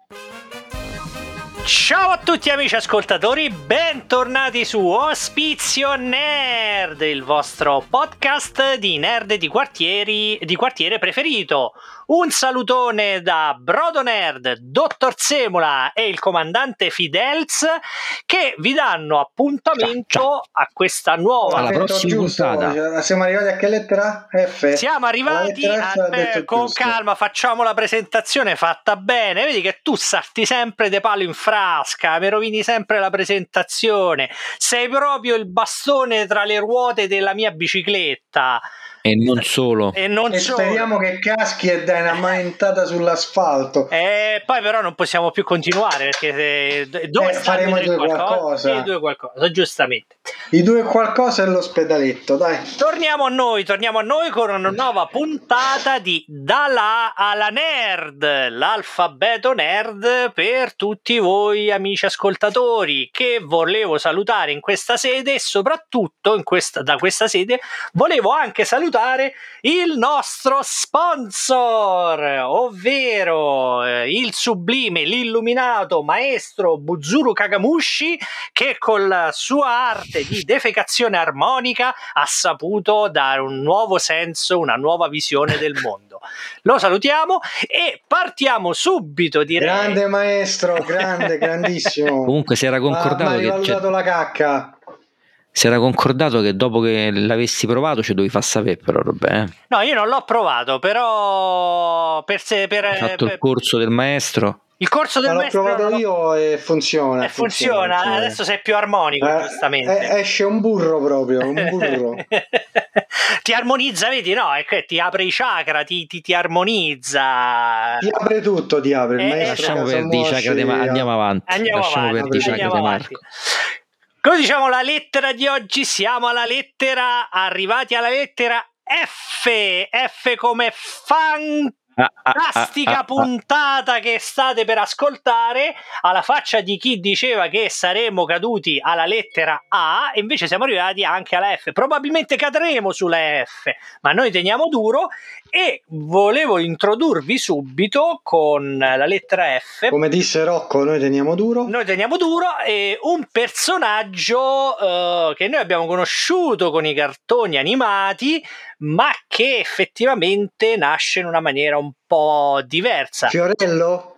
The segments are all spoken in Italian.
Ciao a tutti amici ascoltatori, bentornati su Ospizio Nerd, il vostro podcast di nerd di quartiere preferito. Un salutone da Brodo Nerd, Dottor Semula e il comandante Fidels che vi danno appuntamento a questa nuova... Alla prossima puntata. Siamo arrivati a che lettera? F? Siamo arrivati con calma, facciamo la presentazione fatta bene. Vedi che tu salti sempre de palo in frasca, mi rovini sempre la presentazione. Sei proprio il bastone tra le ruote della mia bicicletta. E non solo. E speriamo che caschi e dai una maintata sull'asfalto. Poi però non possiamo più continuare perché dove faremo i due qualcosa, giustamente. I due qualcosa e l'ospedaletto, dai. Torniamo a noi con una nuova puntata di Dalla alla Nerd, l'alfabeto nerd per tutti voi amici ascoltatori, che volevo salutare in questa sede e soprattutto da questa sede volevo anche salutare il nostro sponsor, ovvero il sublime, l'illuminato maestro Buzuru Kagamushi, che con la sua arte di defecazione armonica ha saputo dare un nuovo senso, una nuova visione del mondo. Lo salutiamo e partiamo subito, direi. Grande maestro, grandissimo. Comunque si era concordato che rivalutato la cacca. Si era concordato che dopo che l'avessi provato ci dovevi far sapere, però Robè. No, io non l'ho provato, però hai fatto il corso del maestro. Il corso del maestro l'ho provato io e funziona. Funziona. Adesso sei più armonico, giustamente. Esce un burro proprio, un burro. Ti armonizza, vedi, no? È che ti apre i chakra, ti armonizza. Ti apre tutto, ti apre. Lasciamo perdere i chakra, andiamo avanti. Andiamo avanti. Come diciamo, la lettera di oggi, siamo arrivati alla lettera F come fantastica puntata che state per ascoltare, alla faccia di chi diceva che saremmo caduti alla lettera A, e invece siamo arrivati anche alla F. Probabilmente cadremo sulla F, ma noi teniamo duro e volevo introdurvi subito con la lettera F. Come disse Rocco, noi teniamo duro e un personaggio che noi abbiamo conosciuto con i cartoni animati, ma che effettivamente nasce in una maniera un po' diversa. Fiorello?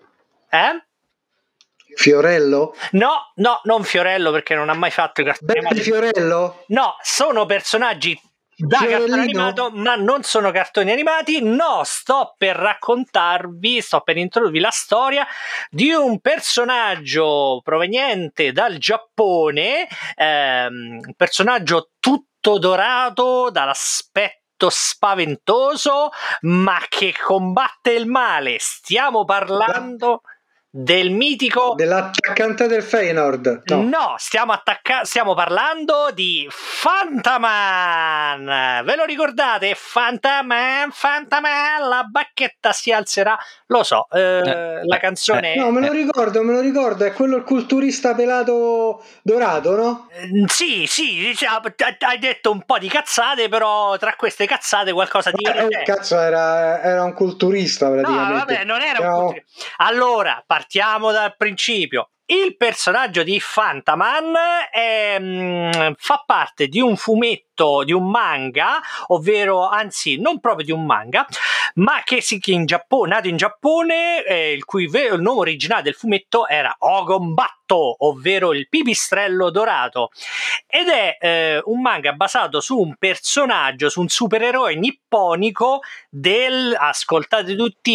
Fiorello? No, non Fiorello, perché non ha mai fatto i cartoni animati. Fiorello? No, sono personaggi da cartone animato, ma non sono cartoni animati. No, sto per introdurvi la storia di un personaggio proveniente dal Giappone, un personaggio tutto dorato, dall'aspetto spaventoso, ma che combatte il male. Stiamo parlando del mitico, dell'attaccante del Feyenoord. No, stiamo parlando di Fantaman. Ve lo ricordate? Fantaman, la bacchetta si alzerà. Lo so, la canzone no, me lo ricordo, è quello il culturista pelato dorato, no? Sì, hai detto un po' di cazzate, però tra queste cazzate qualcosa di cazzo, era un culturista praticamente. No, vabbè, non era un culturista. Allora, partiamo dal principio. Il personaggio di Fantaman fa parte di un fumetto, di un manga, ovvero, anzi, non proprio di un manga, ma che in Giappone, nato in Giappone, il cui nome originale del fumetto era Ogombatto, ovvero il pipistrello dorato, ed è un manga basato su un personaggio, su un supereroe nipponico ascoltate tutti,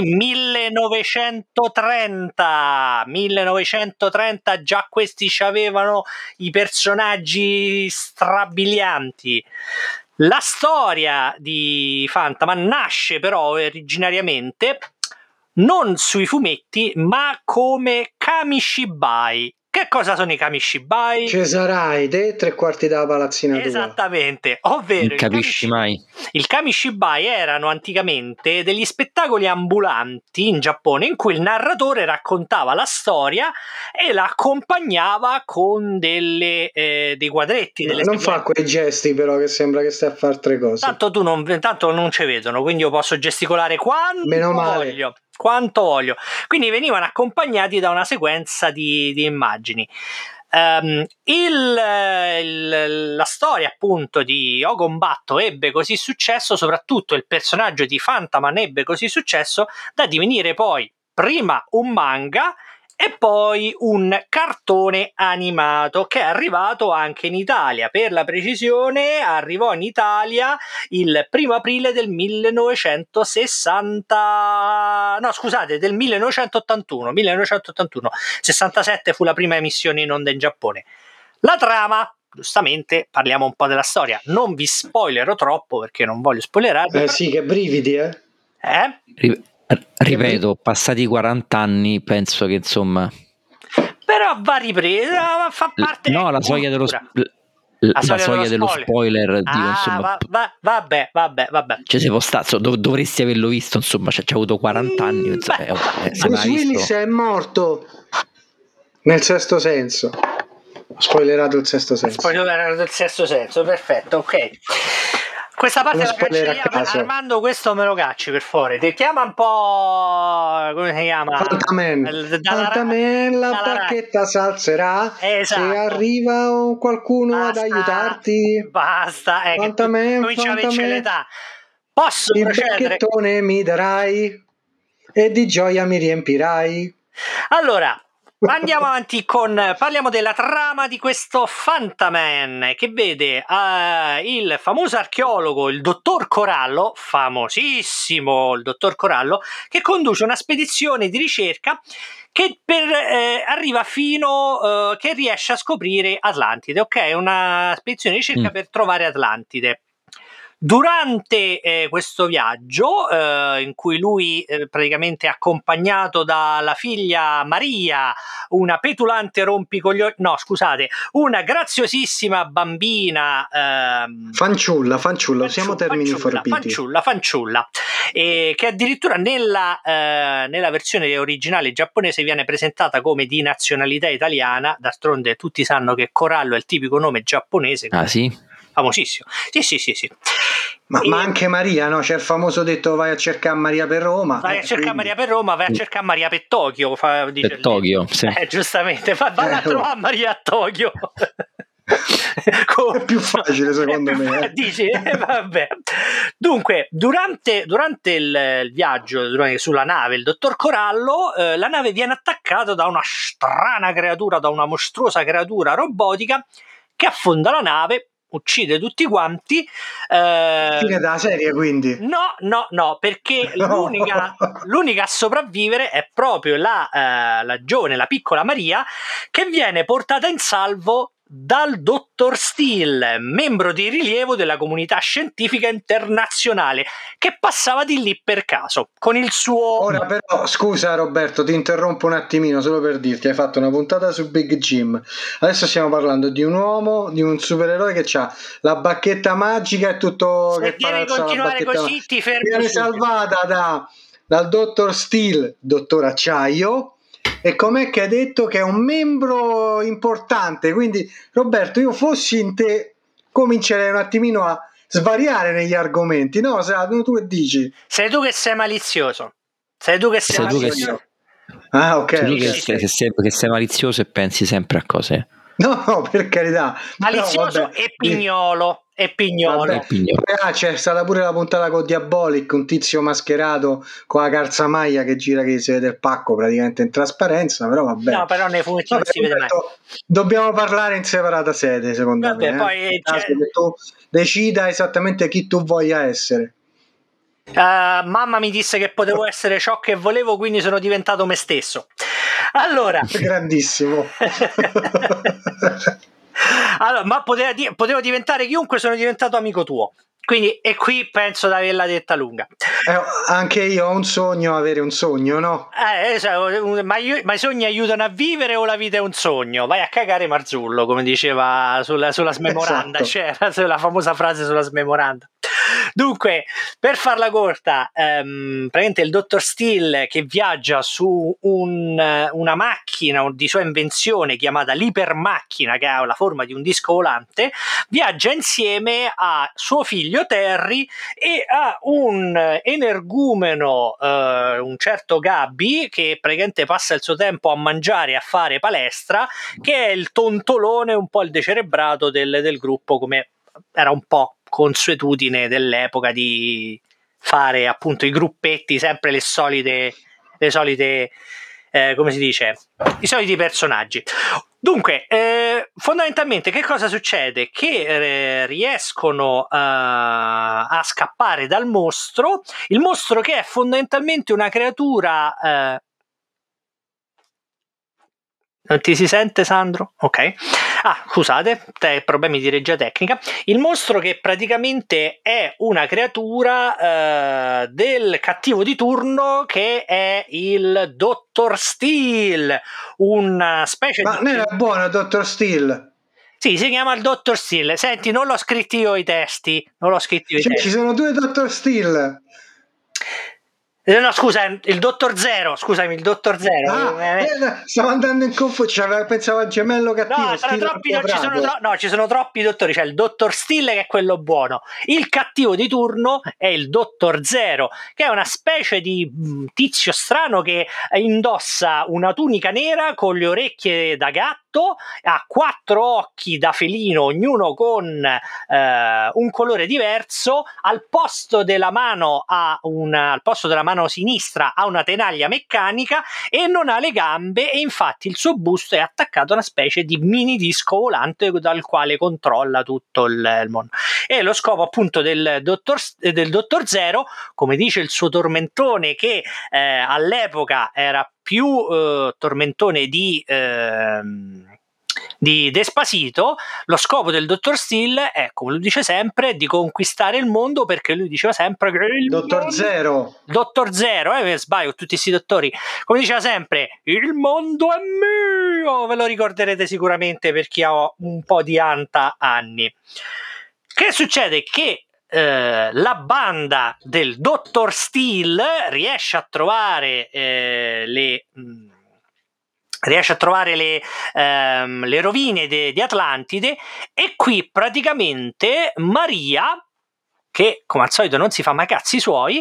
1930, già questi c'avevano i personaggi strabilianti. La storia di Fantaman nasce però originariamente non sui fumetti, ma come Kamishibai. Che cosa sono i Kamishibai? Cesarai, te 3/4 della palazzina tua. Esattamente, ovvero non capisci mai. Il Kamishibai erano anticamente degli spettacoli ambulanti in Giappone in cui il narratore raccontava la storia e la accompagnava con dei quadretti. Non fa quei gesti però che sembra che stai a fare altre cose. Tanto non ci vedono, quindi io posso gesticolare quando Meno male. voglio. Quindi venivano accompagnati da una sequenza di immagini. La storia appunto di Ogon Batto ebbe così successo, soprattutto il personaggio di Fantaman ebbe così successo da divenire poi prima un manga e poi un cartone animato che è arrivato anche in Italia. Per la precisione, arrivò in Italia il 1° aprile del 1981. 67 fu la prima emissione in onda in Giappone. La trama, giustamente, parliamo un po' della storia. Non vi spoilerò troppo perché non voglio spoilerarvi. Sì, che brividi, Ripeto, passati 40 anni, penso che insomma. Però va ripresa, fa parte. No, la soglia dello spoiler. Dico, insomma, vabbè. Cioè, se stato, dovresti averlo visto, insomma, c'è avuto 40 anni. Bruce Willis è morto nel Sesto Senso. Ho spoilerato il Sesto Senso. Perfetto, ok. Questa parte la cancelliamo. Armando, questo me lo cacci per favore. Ti chiama un po', come si chiama? Fantaman, la bacchetta s'alzerà. Esatto. Se arriva qualcuno ad aiutarti. Basta, comincia a vincere l'età. Posso il procedere? Il bacchettone mi darai e di gioia mi riempirai. Allora, andiamo avanti parliamo della trama di questo Fantaman, che vede il famoso archeologo, il dottor Corallo, famosissimo il dottor Corallo, che conduce una spedizione di ricerca che arriva fino che riesce a scoprire Atlantide, ok? Una spedizione di ricerca per trovare Atlantide. Durante questo viaggio, in cui lui praticamente è accompagnato dalla figlia Maria, una petulante una graziosissima bambina, fanciulla, usiamo termini forbiti. Fanciulla, che addirittura nella versione originale giapponese viene presentata come di nazionalità italiana. D'altronde tutti sanno che Corallo è il tipico nome giapponese. Ah sì? Famosissimo. Sì. Ma anche Maria, no? C'è il famoso detto vai a cercare Maria per Roma. Vai a cercare Maria per Roma, vai a cercare Maria per Tokyo. Per Tokyo, sì. Giustamente, vai a trovare Maria a Tokyo. È più facile secondo me. Dici? Vabbè. Dunque, durante il viaggio sulla nave, il dottor Corallo, la nave viene attaccata da una strana creatura, da una mostruosa creatura robotica che affonda la nave, uccide tutti quanti. Fine della serie, quindi? No, perché l'unica a sopravvivere è proprio la giovane, la piccola Maria, che viene portata in salvo dal Dottor Steele, membro di rilievo della comunità scientifica internazionale, che passava di lì per caso con il suo. Ora però, scusa Roberto, ti interrompo un attimino solo per dirti, hai fatto una puntata su Big Jim, adesso stiamo parlando di un uomo, di un supereroe che ha la bacchetta magica e tutto. Se che devi continuare così ti fermi. Viene salvata dal Dottor Steele, dottor Acciaio. E com'è che hai detto che è un membro importante? Quindi Roberto, io fossi in te comincerei un attimino a svariare negli argomenti, no? Tu che dici? Sei tu che sei malizioso. Ah, ok. Che sei malizioso e pensi sempre a cose. No, per carità. Malizioso e pignolo. C'è stata pure la puntata con Diabolic, un tizio mascherato con la calzamaglia che gira, che si vede il pacco praticamente in trasparenza, però vabbè. No, però nei fumetti non si vede mai. Dobbiamo parlare in separata sede, secondo me. Poi che tu decida esattamente chi tu voglia essere. Mamma mi disse che potevo essere ciò che volevo, quindi sono diventato me stesso. Allora, grandissimo. Allora, ma potevo diventare chiunque, sono diventato amico tuo. Quindi, e qui penso di averla detta lunga. Anche io ho un sogno, avere un sogno, no? Ma i sogni aiutano a vivere o la vita è un sogno? Vai a cagare Marzullo, come diceva sulla smemoranda, esatto. c'era la famosa frase sulla smemoranda. Dunque, per farla corta, praticamente il dottor Steele, che viaggia su una macchina di sua invenzione chiamata l'ipermacchina, che ha la forma di un disco volante, viaggia insieme a suo figlio Terry e a un energumeno, un certo Gabby, che praticamente passa il suo tempo a mangiare e a fare palestra, che è il tontolone, un po' il decerebrato del gruppo, come era un po' consuetudine dell'epoca di fare appunto i gruppetti, sempre le solite come si dice, i soliti personaggi. Dunque, fondamentalmente che cosa succede? Che riescono a scappare dal mostro, il mostro che è fondamentalmente una creatura... Non ti si sente, Sandro? Ok. Scusate, problemi di regia tecnica. Il mostro che praticamente è una creatura del cattivo di turno, che è il Dottor Steele, una specie Ma non era buono Dottor Steele? Sì, si chiama il Dottor Steele. Senti, non l'ho scritti io i testi. Ci sono due Dottor Steele. No, scusa, il Dottor Zero. Scusami, il Dottor Zero. Stavo andando in confusione, pensavo al gemello cattivo. Ci sono troppi dottori. C'è il Dottor Steele, che è quello buono. Il cattivo di turno è il Dottor Zero, che è una specie di tizio strano che indossa una tunica nera con le orecchie da gatto, ha 4 occhi da felino, ognuno con un colore diverso. Al posto della mano sinistra ha una tenaglia meccanica e non ha le gambe, e infatti il suo busto è attaccato a una specie di mini disco volante dal quale controlla tutto il mondo. E lo scopo appunto del Dottor Zero, come dice il suo tormentone, che all'epoca era più tormentone di Despacito, lo scopo del Dottor Steele è, come lui dice sempre, di conquistare il mondo, perché lui diceva sempre che il Dottor Zero, sbaglio, tutti questi dottori, come diceva sempre, il mondo è mio, ve lo ricorderete sicuramente per chi ha un po' di anni. Che succede? Che la banda del Dottor Steele riesce a trovare le rovine di Atlantide, e qui praticamente Maria, che come al solito non si fa mai cazzi suoi,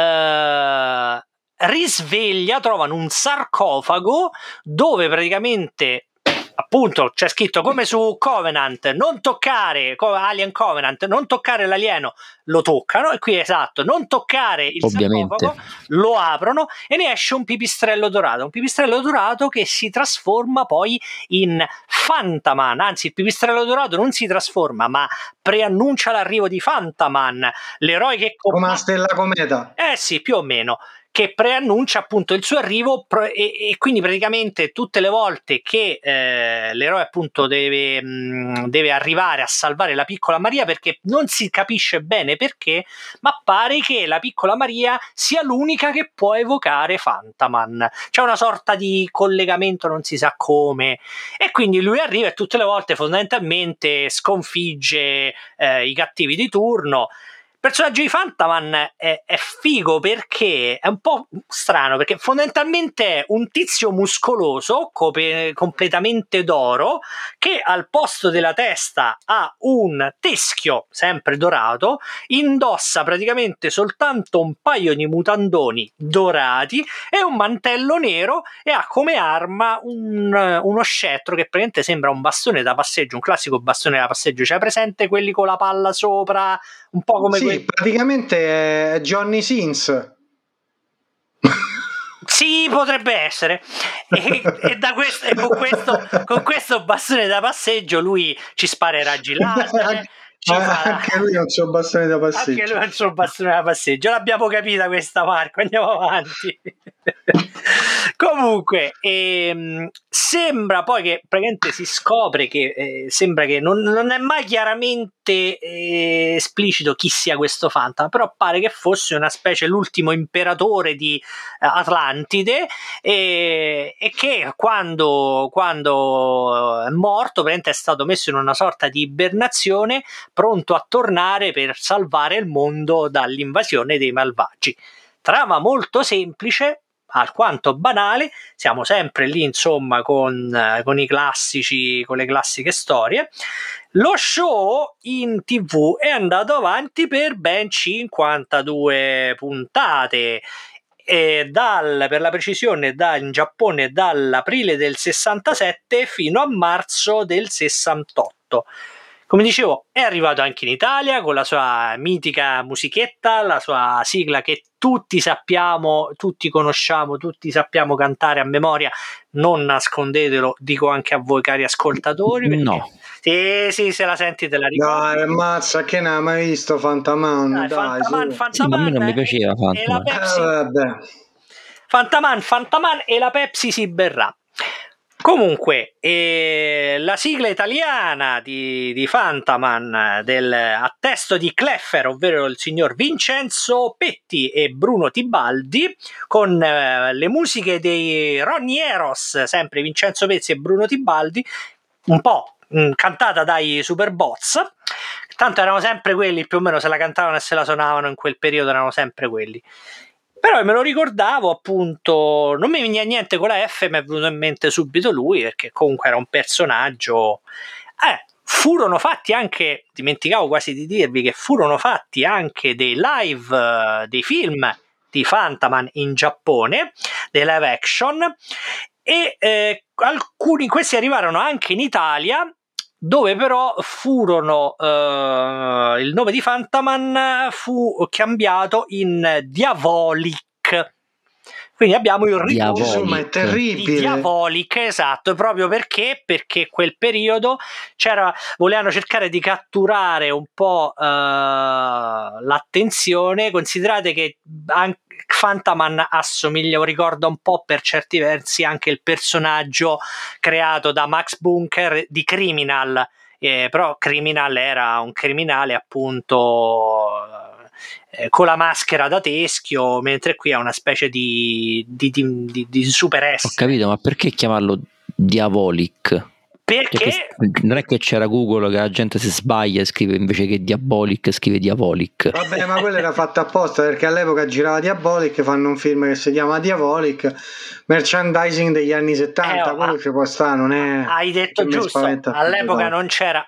risveglia, trovano un sarcofago dove praticamente appunto c'è scritto, come su Covenant, non toccare, Alien Covenant, non toccare l'alieno, lo toccano, e qui esatto, non toccare il sarcofago, lo aprono e ne esce un pipistrello dorato che si trasforma poi in Fantaman. Anzi, il pipistrello dorato non si trasforma, ma preannuncia l'arrivo di Fantaman, l'eroe che come la stella cometa. Sì, più o meno, che preannuncia appunto il suo arrivo, e quindi praticamente tutte le volte che l'eroe appunto deve arrivare a salvare la piccola Maria, perché non si capisce bene perché, ma pare che la piccola Maria sia l'unica che può evocare Fantaman. C'è una sorta di collegamento, non si sa come, e quindi lui arriva e tutte le volte fondamentalmente sconfigge i cattivi di turno. Il personaggio di Fantaman è figo, perché è un po' strano, perché fondamentalmente è un tizio muscoloso completamente d'oro, che al posto della testa ha un teschio sempre dorato, indossa praticamente soltanto un paio di mutandoni dorati e un mantello nero, e ha come arma uno scettro che praticamente sembra un bastone da passeggio, un classico bastone da passeggio. C'è presente quelli con la palla sopra, un po' come praticamente è Johnny Sins. Sì, potrebbe essere. E con questo bastone da passeggio lui ci spara i raggi laser. Anche lui ha un suo bastone da passeggio. L'abbiamo capita questa, Marco, andiamo avanti. Comunque sembra poi che praticamente si scopre che sembra che non è mai chiaramente esplicito chi sia questo Fantasma, però pare che fosse una specie, l'ultimo imperatore di Atlantide, e che quando è morto praticamente è stato messo in una sorta di ibernazione pronto a tornare per salvare il mondo dall'invasione dei malvagi. Trama molto semplice, alquanto banale, siamo sempre lì insomma con i classici, con le classiche storie. Lo show in TV è andato avanti per ben 52 puntate e per la precisione in Giappone dall'aprile del 67 fino a marzo del 68. Come dicevo, è arrivato anche in Italia con la sua mitica musichetta, la sua sigla che tutti sappiamo, tutti conosciamo, tutti sappiamo cantare a memoria. Non nascondetelo, dico anche a voi cari ascoltatori. No. Sì, se la senti te la ricordi. Dai, mazza, che ne hai mai visto Fantaman? Dai, Sì, ma a me non mi piaceva e la Fantaman. Pepsi. vabbè. Fantaman e la Pepsi si berrà. Comunque, la sigla italiana di Fantaman a testo di Cleffer, ovvero il signor Vincenzo Petti e Bruno Tibaldi, con le musiche dei Ronieros, sempre Vincenzo Petti e Bruno Tibaldi, un po' cantata dai Superbots. Tanto erano sempre quelli, più o meno se la cantavano e se la suonavano in quel periodo, erano sempre quelli. Però me lo ricordavo, appunto, non mi veniva niente con la F, mi è venuto in mente subito lui, perché comunque era un personaggio. Furono fatti anche, dimenticavo quasi di dirvi che furono fatti anche dei live, dei film di Fantaman in Giappone, dei live action, e alcuni di questi arrivarono anche in Italia, dove però furono il nome di Fantaman fu cambiato in Diavolic. Quindi abbiamo il ritorno Insomma, è terribile. di Diavolic, esatto, proprio perché quel periodo volevano cercare di catturare un po' l'attenzione. Considerate che anche Fantaman assomiglia, ricorda un po' per certi versi anche il personaggio creato da Max Bunker di Criminal, però Criminal era un criminale appunto con la maschera da teschio, mentre qui è una specie di super Ho essere. capito, ma perché chiamarlo Diavolic? Perché non è che c'era Google che la gente si sbaglia e scrive invece che Diabolic scrive Diavolic. Vabbè, ma quello era fatto apposta perché all'epoca girava Diabolic, fanno un film che si chiama Diavolic, merchandising degli anni 70, quello ci può stare, non è. Hai detto giusto, all'epoca non c'era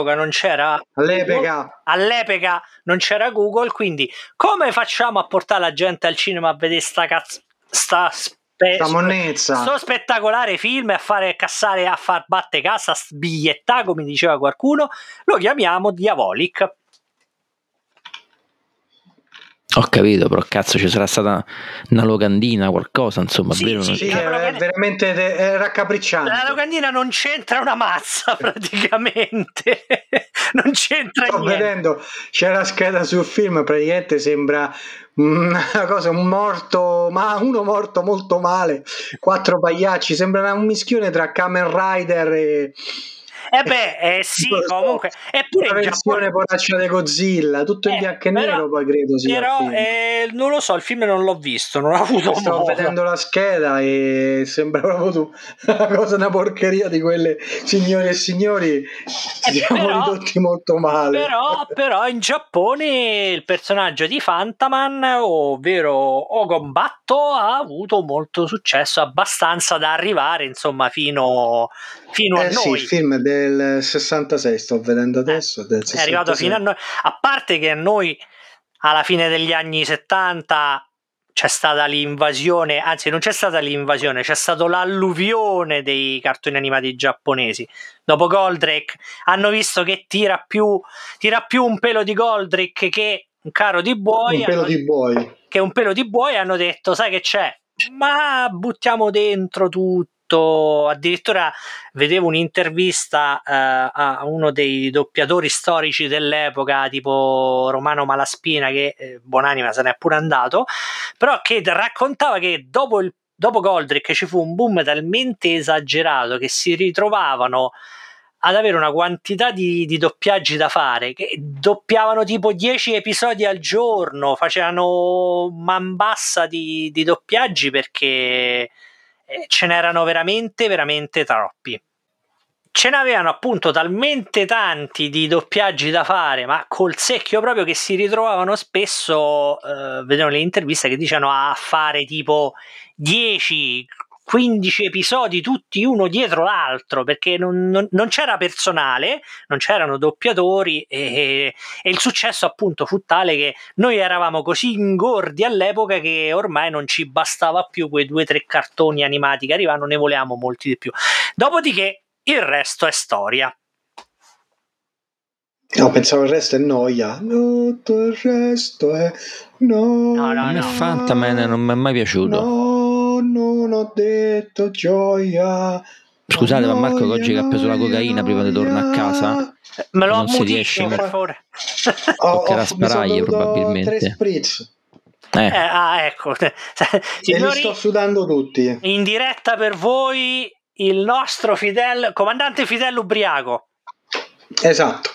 all'epoca non c'era Google, quindi come facciamo a portare la gente al cinema a vedere sta monnezza, sto spettacolare film e a fare cassare, a far batte cassa, sbigliettà, come diceva qualcuno? Lo chiamiamo Diavolic. Ho capito, però cazzo ci sarà stata una locandina, qualcosa, insomma. Sì, è veramente raccapricciante. La locandina non c'entra una mazza praticamente. Non c'entra niente. Sto vedendo, c'è la scheda sul film, praticamente sembra una cosa, uno morto molto male, 4 pagliacci, sembra un mischione tra Kamen Rider e sì, comunque eppure la versione poraccia di Godzilla, tutto in bianco e nero, poi credo sia però non lo so, il film non l'ho visto, non ho avuto modo. Sto vedendo la scheda e sembra proprio una cosa, una porcheria di quelle, signori e signori, siamo ridotti molto male. Però in Giappone il personaggio di Fantaman, ovvero Ogombatto, ha avuto molto successo, abbastanza da arrivare insomma fino a noi. Sì, il film del 66 sto vedendo adesso, del 66. È arrivato fino a noi, a parte che a noi alla fine degli anni 70 c'è stata l'invasione, anzi non c'è stata l'invasione, c'è stato l'alluvione dei cartoni animati giapponesi. Dopo Goldrake hanno visto che tira più un pelo di Goldrake che un carro di buoi, un pelo di buoi, hanno detto sai che c'è, ma buttiamo dentro tutto. Addirittura vedevo un'intervista a uno dei doppiatori storici dell'epoca, tipo Romano Malaspina, che buonanima se n'è pure andato, però che raccontava che dopo Goldrake ci fu un boom talmente esagerato che si ritrovavano ad avere una quantità di doppiaggi da fare, che doppiavano tipo 10 episodi al giorno, facevano man bassa di doppiaggi perché ce n'erano veramente veramente troppi. ce n'avevano appunto talmente tanti di doppiaggi da fare, ma col secchio proprio, che si ritrovavano spesso, vedevo le interviste, che dicevano a fare tipo 10-15 episodi tutti uno dietro l'altro, perché non c'era personale, non c'erano doppiatori, e il successo appunto fu tale che noi eravamo così ingordi all'epoca che ormai non ci bastava più quei 2-3 cartoni animati che arrivavano, ne volevamo molti di più. Dopodiché il resto è storia. No, pensavo il resto è noia. Tutto il resto è noia. A me Fantaman non mi è mai piaciuto. No, non ho detto gioia. Scusate, ma Marco oggi che ha preso la cocaina prima di tornare a casa, Me lo non si ammutisci, riesce per favore. toccherà sparaglie probabilmente. 3 spritz Ecco. e li Signori, sto sudando tutti. in diretta per voi il nostro comandante Fidel ubriaco. Esatto.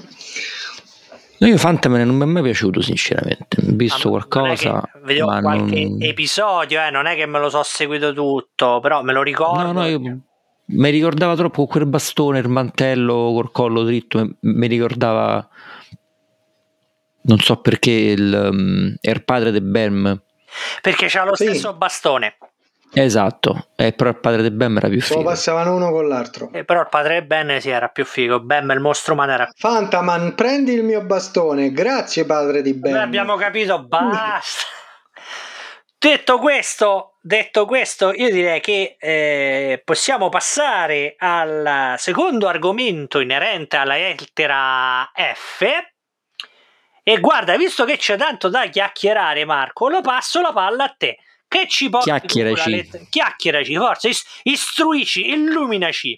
Io Fantaman non mi è mai piaciuto, sinceramente. Ho visto qualcosa, vedevo ma qualche episodio, non è che me lo so seguito tutto, però me lo ricordo. No, io mi ricordava troppo quel bastone, il mantello col collo dritto, mi ricordava, non so perché, il padre di Ben. Perché c'ha lo stesso bastone. Esatto, però il padre di Ben era più figo. Lo passavano uno con l'altro. Però il padre di Ben era più figo. Ben, il mostro umano, era... Fantaman, prendi il mio bastone. Grazie, padre di Ben. Noi abbiamo capito, basta. Detto questo, io direi che possiamo passare al secondo argomento inerente alla lettera F. E guarda, visto che c'è tanto da chiacchierare, Marco, lo passo la palla a te. Che ci porti? Chiacchieraci, forza, istruici, illuminaci.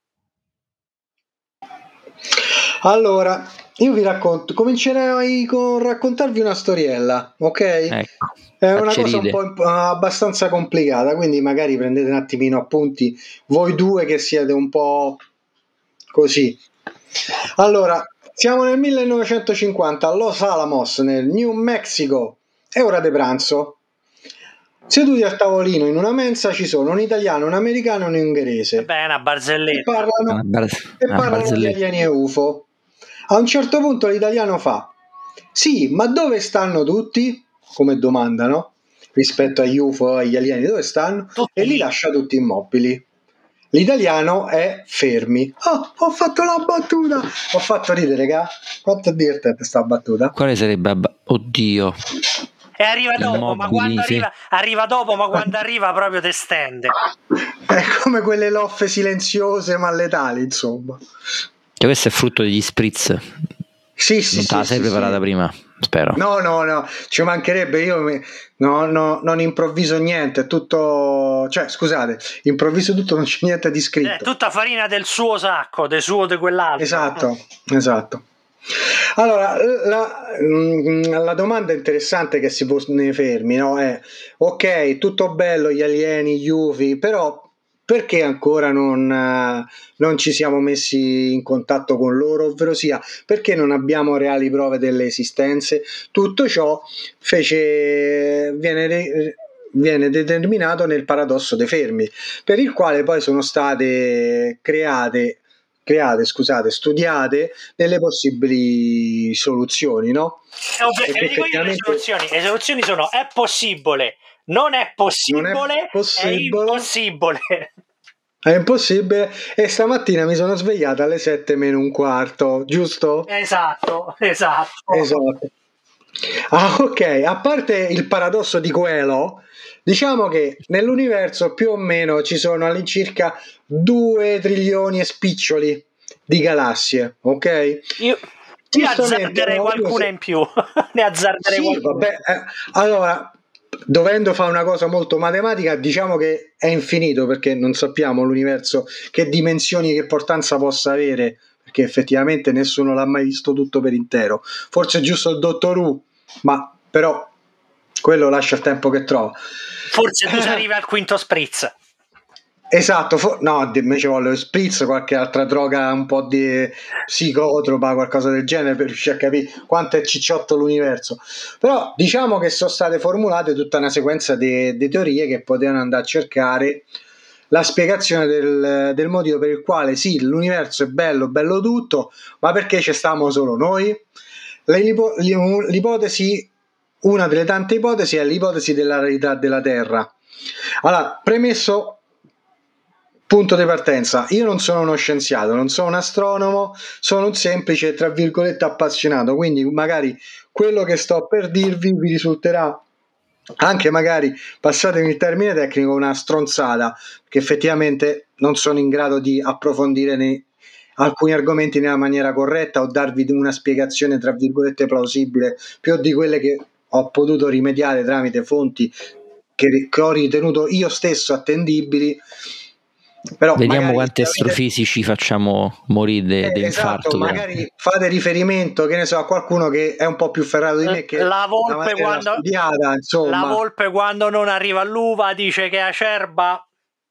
Allora, io vi racconto, comincerei con raccontarvi una storiella, ok? Ecco, è una cosa un po' abbastanza complicata, quindi magari prendete un attimino appunti voi due che siete un po' così. Allora, siamo nel 1950 a Los Alamos, nel New Mexico. È ora di pranzo. Seduti al tavolino in una mensa ci sono un italiano, un americano e un ungherese. Beh, una barzelletta. E parlano di alieni e UFO. A un certo punto l'italiano fa: sì, ma dove stanno tutti? Come domandano rispetto agli UFO e agli alieni, dove stanno? E li lascia tutti immobili. L'italiano è fermi. Ho fatto la battuta. Ho fatto ridere, raga. Quanto è divertente sta battuta. Quale sarebbe? Oddio. E arriva dopo, ma quando arriva dopo, ma quando arriva proprio te stende. È come quelle loffe silenziose ma letali, insomma. Cioè, questo è frutto degli spritz. Sì, non te la sei preparata prima, spero. No, ci mancherebbe. Io non improvviso niente, è tutto, cioè scusate, improvviso tutto, non c'è niente di scritto. È tutta farina del suo sacco, del suo di quell'altro. Esatto. Allora, la domanda interessante che si pone fermi, no? È: ok, tutto bello gli alieni, gli UFI, però perché ancora non ci siamo messi in contatto con loro, ovvero sia perché non abbiamo reali prove delle esistenze? Tutto ciò viene determinato nel paradosso dei Fermi, per il quale poi sono state studiate delle possibili soluzioni, no? Le soluzioni sono: è possibile, non è possibile, è impossibile. È impossibile. E stamattina mi sono svegliata alle 7:15, giusto? Esatto. Ok, a parte il paradosso di Coelho, diciamo che nell'universo più o meno ci sono all'incirca 2 trilioni e spiccioli di galassie, ok? Io azzarderei qualcuna in più. Ne azzarderei qualcuna. Vabbè, allora, dovendo fare una cosa molto matematica, diciamo che è infinito, perché non sappiamo l'universo che dimensioni, che importanza possa avere, perché effettivamente nessuno l'ha mai visto tutto per intero. Forse è giusto il Dottor Who, ma però quello lascia il tempo che trova. Forse tu arrivi al quinto spritz. Esatto, no, invece voglio spritz, qualche altra droga un po' di psicotropa, qualcosa del genere, per riuscire a capire quanto è cicciotto l'universo. Però diciamo che sono state formulate tutta una sequenza di teorie che potevano andare a cercare la spiegazione del motivo per il quale sì, l'universo è bello, bello tutto, ma perché ci stiamo solo noi? L'ipotesi, una delle tante ipotesi, è l'ipotesi della rarità della Terra. Allora, premesso, punto di partenza, io non sono uno scienziato, non sono un astronomo, sono un semplice, tra virgolette, appassionato, quindi magari quello che sto per dirvi vi risulterà anche, magari, passatemi il termine tecnico, una stronzata, che effettivamente non sono in grado di approfondire alcuni argomenti nella maniera corretta o darvi una spiegazione, tra virgolette, plausibile, più di quelle che ho potuto rimediare tramite fonti che ho ritenuto io stesso attendibili. Però vediamo quanti astrofisici facciamo morire di esatto, infarto. magari fate riferimento, che ne so, a qualcuno che è un po' più ferrato di me, che la volpe, studiata, insomma. La volpe quando non arriva all'uva dice che è acerba.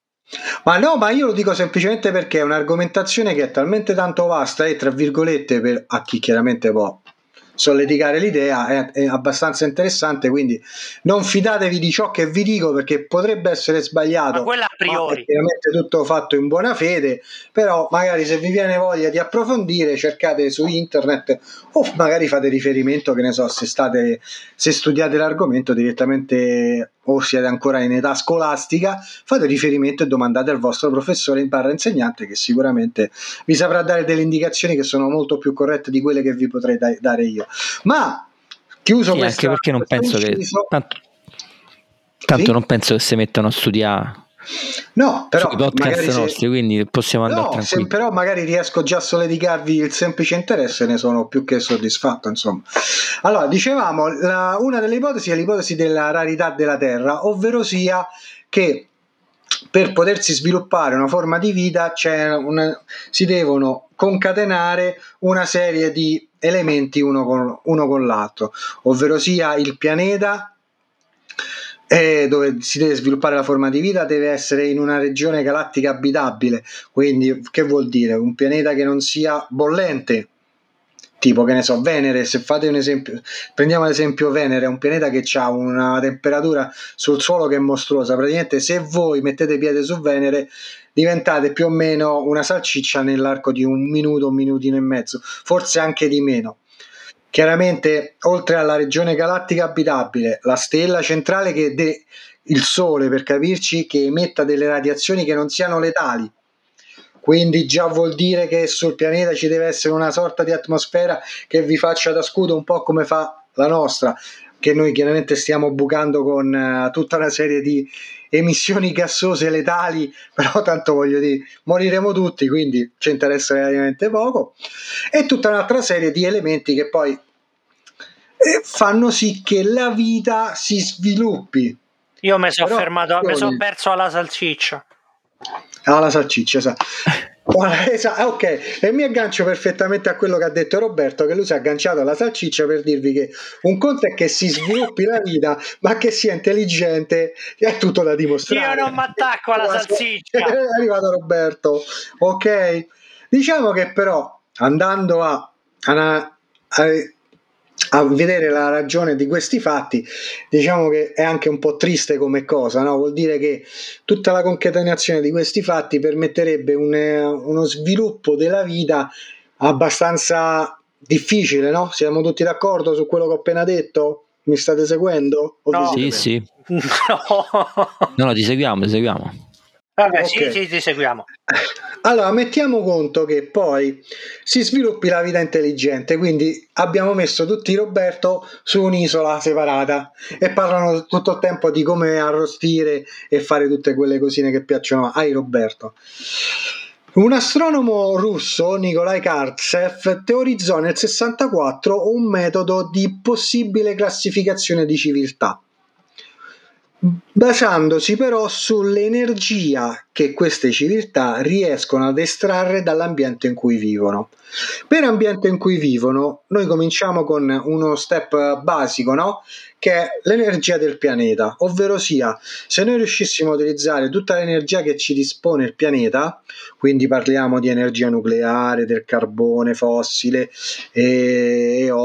Ma no, ma io lo dico semplicemente perché è un'argomentazione che è talmente tanto vasta e, tra virgolette, a chi chiaramente può solleticare l'idea, è abbastanza interessante, quindi non fidatevi di ciò che vi dico, perché potrebbe essere sbagliato, ma quella a priori, è chiaramente tutto fatto in buona fede, però magari se vi viene voglia di approfondire, cercate su internet o magari fate riferimento, che ne so, se studiate l'argomento direttamente o siete ancora in età scolastica, fate riferimento e domandate al vostro professore insegnante, che sicuramente vi saprà dare delle indicazioni che sono molto più corrette di quelle che vi potrei dare io. Ma chiuso questo, anche perché non penso inciso, che tanto non penso che si mettano a studiare, no, però sui podcast nostri, quindi possiamo andare tranquilli. Però magari riesco già a solleticarvi il semplice interesse, ne sono più che soddisfatto, insomma. Allora, dicevamo, una delle ipotesi è l'ipotesi della rarità della Terra, ovvero sia che per potersi sviluppare una forma di vita si devono concatenare una serie di elementi uno con l'altro, ovvero sia il pianeta dove si deve sviluppare la forma di vita deve essere in una regione galattica abitabile. Quindi che vuol dire? Un pianeta che non sia bollente, tipo, che ne so, Venere. Se fate un esempio, prendiamo l'esempio Venere, è un pianeta che ha una temperatura sul suolo che è mostruosa. Praticamente, se voi mettete piede su Venere, diventate più o meno una salsiccia nell'arco di un minutino e mezzo, forse anche di meno. Chiaramente, oltre alla regione galattica abitabile, la stella centrale, che il Sole, per capirci, che emetta delle radiazioni che non siano letali. Quindi già vuol dire che sul pianeta ci deve essere una sorta di atmosfera che vi faccia da scudo, un po' come fa la nostra, che noi chiaramente stiamo bucando con tutta una serie di emissioni gassose letali, però tanto voglio dire, moriremo tutti, quindi ci interessa veramente poco, e tutta un'altra serie di elementi che poi fanno sì che la vita si sviluppi. Io mi sono fermato, mi sono perso alla salsiccia. La salsiccia, esatto. Ok, e mi aggancio perfettamente a quello che ha detto Roberto, che lui si è agganciato alla salsiccia per dirvi che un conto è che si sviluppi la vita, ma che sia intelligente è tutto da dimostrare. Io non mi attacco alla salsiccia. È arrivato Roberto, ok? Diciamo che però, andando a vedere la ragione di questi fatti, diciamo che è anche un po' triste come cosa, no? Vuol dire che tutta la concatenazione di questi fatti permetterebbe uno sviluppo della vita abbastanza difficile, no? Siamo tutti d'accordo su quello che ho appena detto? Mi state seguendo? No. Sì. No, ti seguiamo. Vabbè, okay. Sì, ti seguiamo. Allora, mettiamo conto che poi si sviluppi la vita intelligente, quindi abbiamo messo tutti Roberto su un'isola separata e parlano tutto il tempo di come arrostire e fare tutte quelle cosine che piacciono ai Roberto. Un astronomo russo, Nikolai Kartsev, teorizzò nel 1964 un metodo di possibile classificazione di civiltà, basandosi però sull'energia che queste civiltà riescono ad estrarre dall'ambiente in cui vivono. Per ambiente in cui vivono, noi cominciamo con uno step basico, no? Che è l'energia del pianeta, ovvero sia, se noi riuscissimo a utilizzare tutta l'energia che ci dispone il pianeta, quindi parliamo di energia nucleare, del carbone fossile,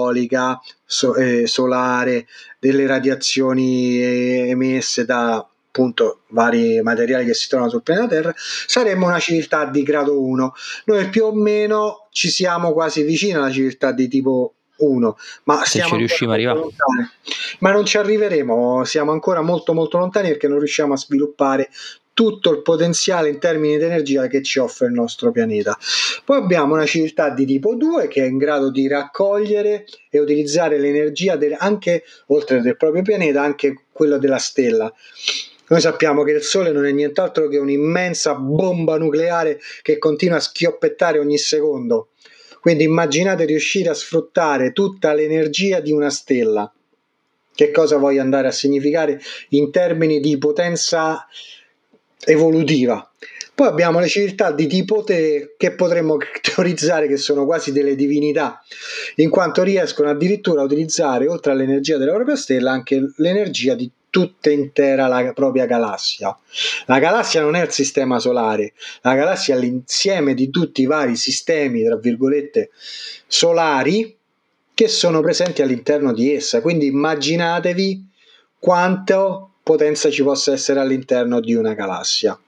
eolica, solare, delle radiazioni emesse da appunto vari materiali che si trovano sul pianeta Terra, saremmo una civiltà di grado 1. Noi più o meno ci siamo quasi vicini alla civiltà di tipo 1, ma Se siamo ci riusciamo a ancora molto arrivare. lontani. Ma non ci arriveremo, siamo ancora molto molto lontani perché non riusciamo a sviluppare tutto il potenziale in termini di energia che ci offre il nostro pianeta. Poi abbiamo una civiltà di tipo 2 che è in grado di raccogliere e utilizzare l'energia anche oltre del proprio pianeta, anche quella della stella. Noi sappiamo che il Sole non è nient'altro che un'immensa bomba nucleare che continua a schioppettare ogni secondo. Quindi immaginate riuscire a sfruttare tutta l'energia di una stella. Che cosa voglio andare a significare in termini di potenza evolutiva? Poi abbiamo le civiltà di tipo te che potremmo teorizzare che sono quasi delle divinità, in quanto riescono addirittura a utilizzare, oltre all'energia della propria stella, anche l'energia di tutta intera la propria galassia. La galassia non è il sistema solare, la galassia è l'insieme di tutti i vari sistemi, tra virgolette, solari che sono presenti all'interno di essa. Quindi immaginatevi quanta potenza ci possa essere all'interno di una galassia.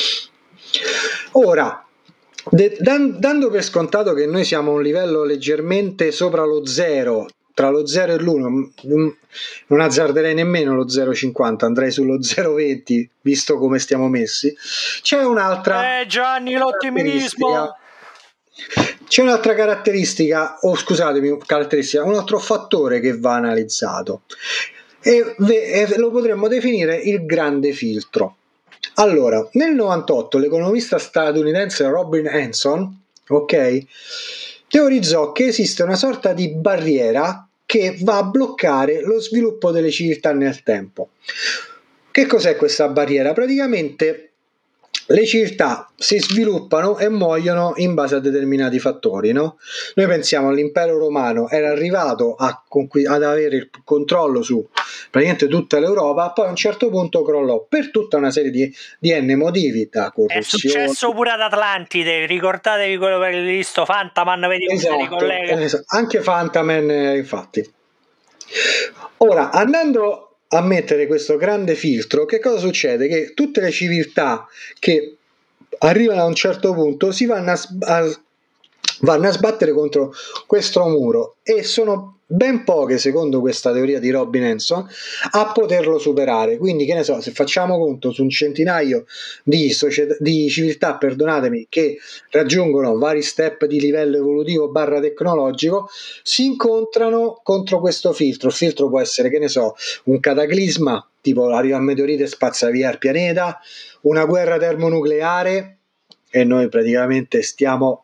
Ora, dando per scontato che noi siamo a un livello leggermente sopra lo zero, tra lo 0 e l'1, non azzarderei nemmeno lo 0,50, andrei sullo 0,20, visto come stiamo messi. C'è un'altra Gianni, l'ottimismo! C'è un'altra caratteristica, o scusatemi, caratteristica, un altro fattore che va analizzato e lo potremmo definire il grande filtro. Allora, nel 98 l'economista statunitense Robin Hanson, ok, teorizzò che esiste una sorta di barriera che va a bloccare lo sviluppo delle civiltà nel tempo. Che cos'è questa barriera? Praticamente le civiltà si sviluppano e muoiono in base a determinati fattori, no? Noi pensiamo all'impero romano, era arrivato ad avere il controllo su praticamente tutta l'Europa, poi a un certo punto crollò per tutta una serie di N motivi, da corruzione. È successo pure ad Atlantide, ricordatevi quello per il listo Fantaman, vedi come si ricollega. Esatto, anche Fantaman, infatti. Ora, andando a mettere questo grande filtro, che cosa succede? Che tutte le civiltà che arrivano a un certo punto si vanno a sbattere contro questo muro e sono ben poche, secondo questa teoria di Robin Hanson, a poterlo superare. Quindi, che ne so, se facciamo conto su un centinaio di civiltà, perdonatemi, che raggiungono vari step di livello evolutivo / tecnologico, si incontrano contro questo filtro. Il filtro può essere, che ne so, un cataclisma, tipo arriva un meteorite e spazza via il pianeta, una guerra termonucleare, e noi praticamente stiamo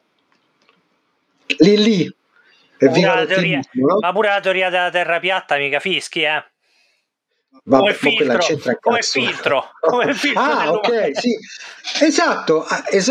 lì. No? Ma pure la teoria della terra piatta mica fischi, Vabbè, come filtro ok, sì, esatto,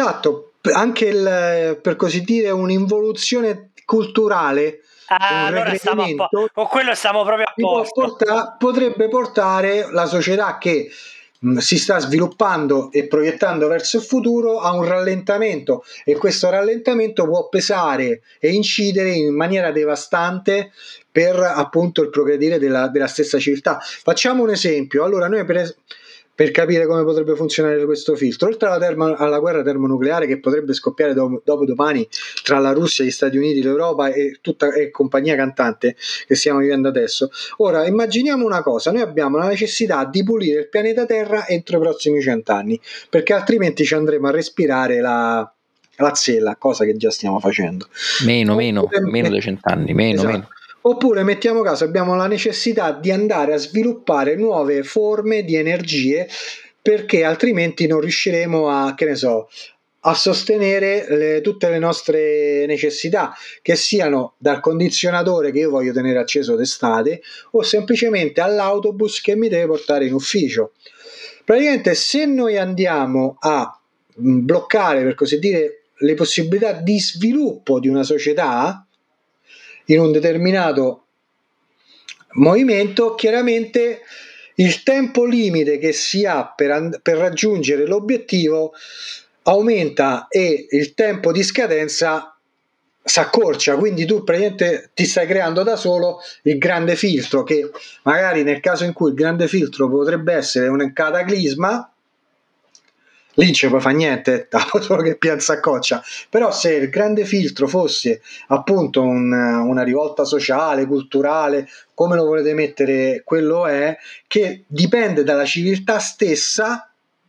anche per così dire un'involuzione culturale, allora con quello stiamo proprio a posto. Potrebbe portare la società che si sta sviluppando e proiettando verso il futuro a un rallentamento, e questo rallentamento può pesare e incidere in maniera devastante per appunto il progredire della stessa civiltà. Facciamo un esempio. Allora, noi per capire come potrebbe funzionare questo filtro, oltre alla guerra termonucleare che potrebbe scoppiare dopo domani tra la Russia, gli Stati Uniti, l'Europa e compagnia cantante che stiamo vivendo adesso. Ora immaginiamo una cosa: noi abbiamo la necessità di pulire il pianeta Terra entro i prossimi 100 anni, perché altrimenti ci andremo a respirare la zella, cosa che già stiamo facendo. Meno di 100 anni, meno. Oppure mettiamo caso abbiamo la necessità di andare a sviluppare nuove forme di energie, perché altrimenti non riusciremo a, che ne so, a sostenere tutte le nostre necessità, che siano dal condizionatore che io voglio tenere acceso d'estate o semplicemente all'autobus che mi deve portare in ufficio. Praticamente, se noi andiamo a bloccare, per così dire, le possibilità di sviluppo di una società in un determinato movimento, chiaramente il tempo limite che si ha per raggiungere l'obiettivo aumenta e il tempo di scadenza s'accorcia, quindi tu praticamente ti stai creando da solo il grande filtro, che magari nel caso in cui il grande filtro potrebbe essere un cataclisma, lì non ci puoi fare niente, solo che pianza a coccia. Però se il grande filtro fosse appunto una rivolta sociale, culturale, come lo volete mettere, quello è, che dipende dalla civiltà stessa,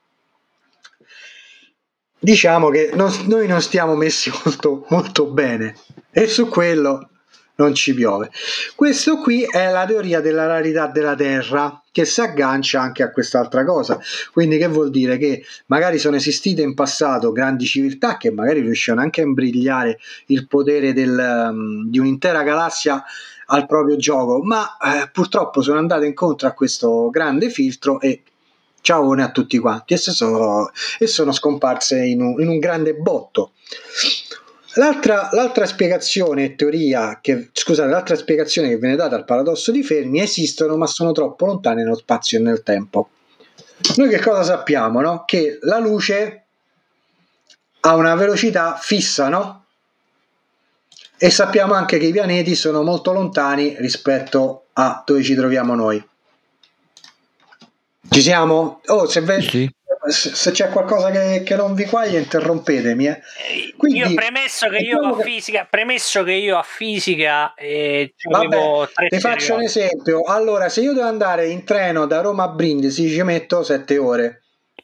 diciamo che noi non stiamo messi molto, molto bene, e su quello non ci piove. Questo qui è la teoria della rarità della Terra, che si aggancia anche a quest'altra cosa. Quindi che vuol dire? Che magari sono esistite in passato grandi civiltà che magari riuscivano anche a imbrigliare il potere di un'intera galassia al proprio gioco, ma purtroppo sono andate incontro a questo grande filtro e ciao a tutti quanti, e sono scomparse in un grande botto. L'altra spiegazione l'altra spiegazione che viene data al paradosso di Fermi: esistono ma sono troppo lontane nello spazio e nel tempo. Noi che cosa sappiamo, no? Che la luce ha una velocità fissa, no? E sappiamo anche che i pianeti sono molto lontani rispetto a dove ci troviamo noi. Ci siamo? Oh, Sì. se c'è qualcosa che non vi quaglia, interrompetemi. Quindi, io premesso che io a fisica ci vabbè, avevo 3 ti faccio un esempio. Allora, se io devo andare in treno da Roma a Brindisi, ci metto 7 ore.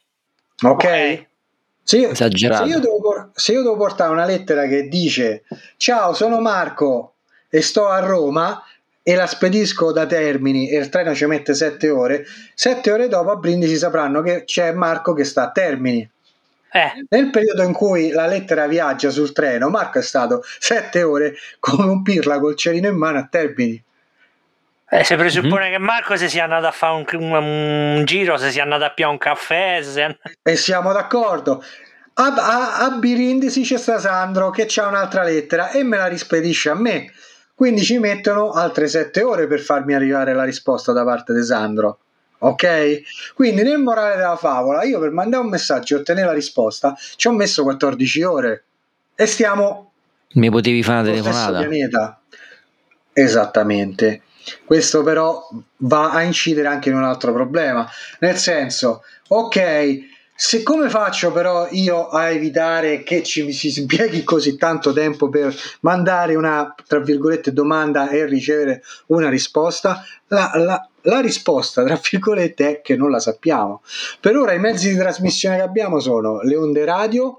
Ok? Esagerato. Se io devo portare una lettera che dice: ciao, sono Marco e sto a Roma, e la spedisco da Termini e il treno ci mette 7 ore, 7 ore dopo a Brindisi sapranno che c'è Marco che sta a Termini. Nel periodo in cui la lettera viaggia sul treno, Marco è stato 7 ore come un pirla col cerino in mano a Termini. Si presuppone che Marco se sia andato a fare un giro, se sia andato a piare un caffè, e siamo d'accordo. A Brindisi c'è sta Sandro che c'ha un'altra lettera e me la rispedisce a me, quindi ci mettono altre 7 ore per farmi arrivare la risposta da parte di Sandro. Ok? Quindi nel morale della favola, io per mandare un messaggio e ottenere la risposta ci ho messo 14 ore e stiamo Mi potevi fare una sullo stesso telefonata? pianeta. Esattamente. Questo però va a incidere anche in un altro problema, nel senso, ok, se come faccio però io a evitare che ci si impieghi così tanto tempo per mandare una, tra virgolette, domanda e ricevere una risposta? La risposta, tra virgolette, è che non la sappiamo. Per ora i mezzi di trasmissione che abbiamo sono le onde radio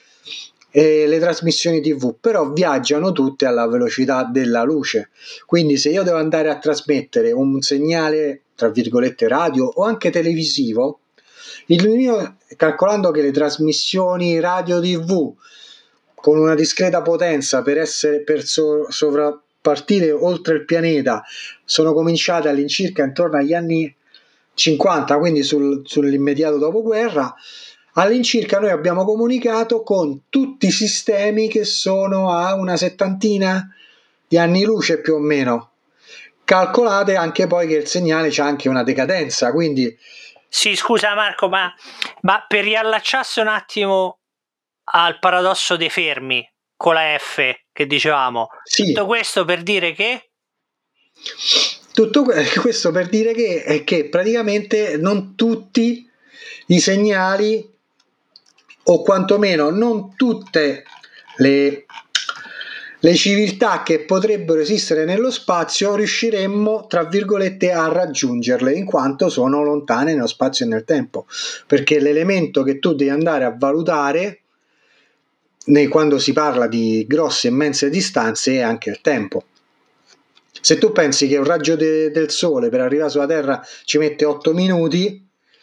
e le trasmissioni TV, però viaggiano tutte alla velocità della luce. Quindi se io devo andare a trasmettere un segnale, tra virgolette, radio o anche televisivo, il mio, calcolando che le trasmissioni radio TV con una discreta potenza per sovrappartire oltre il pianeta sono cominciate all'incirca intorno agli anni 50, quindi sull'immediato dopoguerra, all'incirca noi abbiamo comunicato con tutti i sistemi che sono a una 70 di anni luce più o meno. Calcolate anche poi che il segnale c'ha anche una decadenza, quindi sì, scusa Marco, ma per riallacciarsi un attimo al paradosso dei Fermi con la F che dicevamo, sì. Tutto questo per dire che che praticamente non tutti i segnali, o quantomeno non tutte le civiltà che potrebbero esistere nello spazio riusciremmo, tra virgolette, a raggiungerle, in quanto sono lontane nello spazio e nel tempo, perché l'elemento che tu devi andare a valutare quando si parla di grosse immense distanze è anche il tempo. Se tu pensi che un raggio del sole per arrivare sulla Terra ci mette 8 minuti,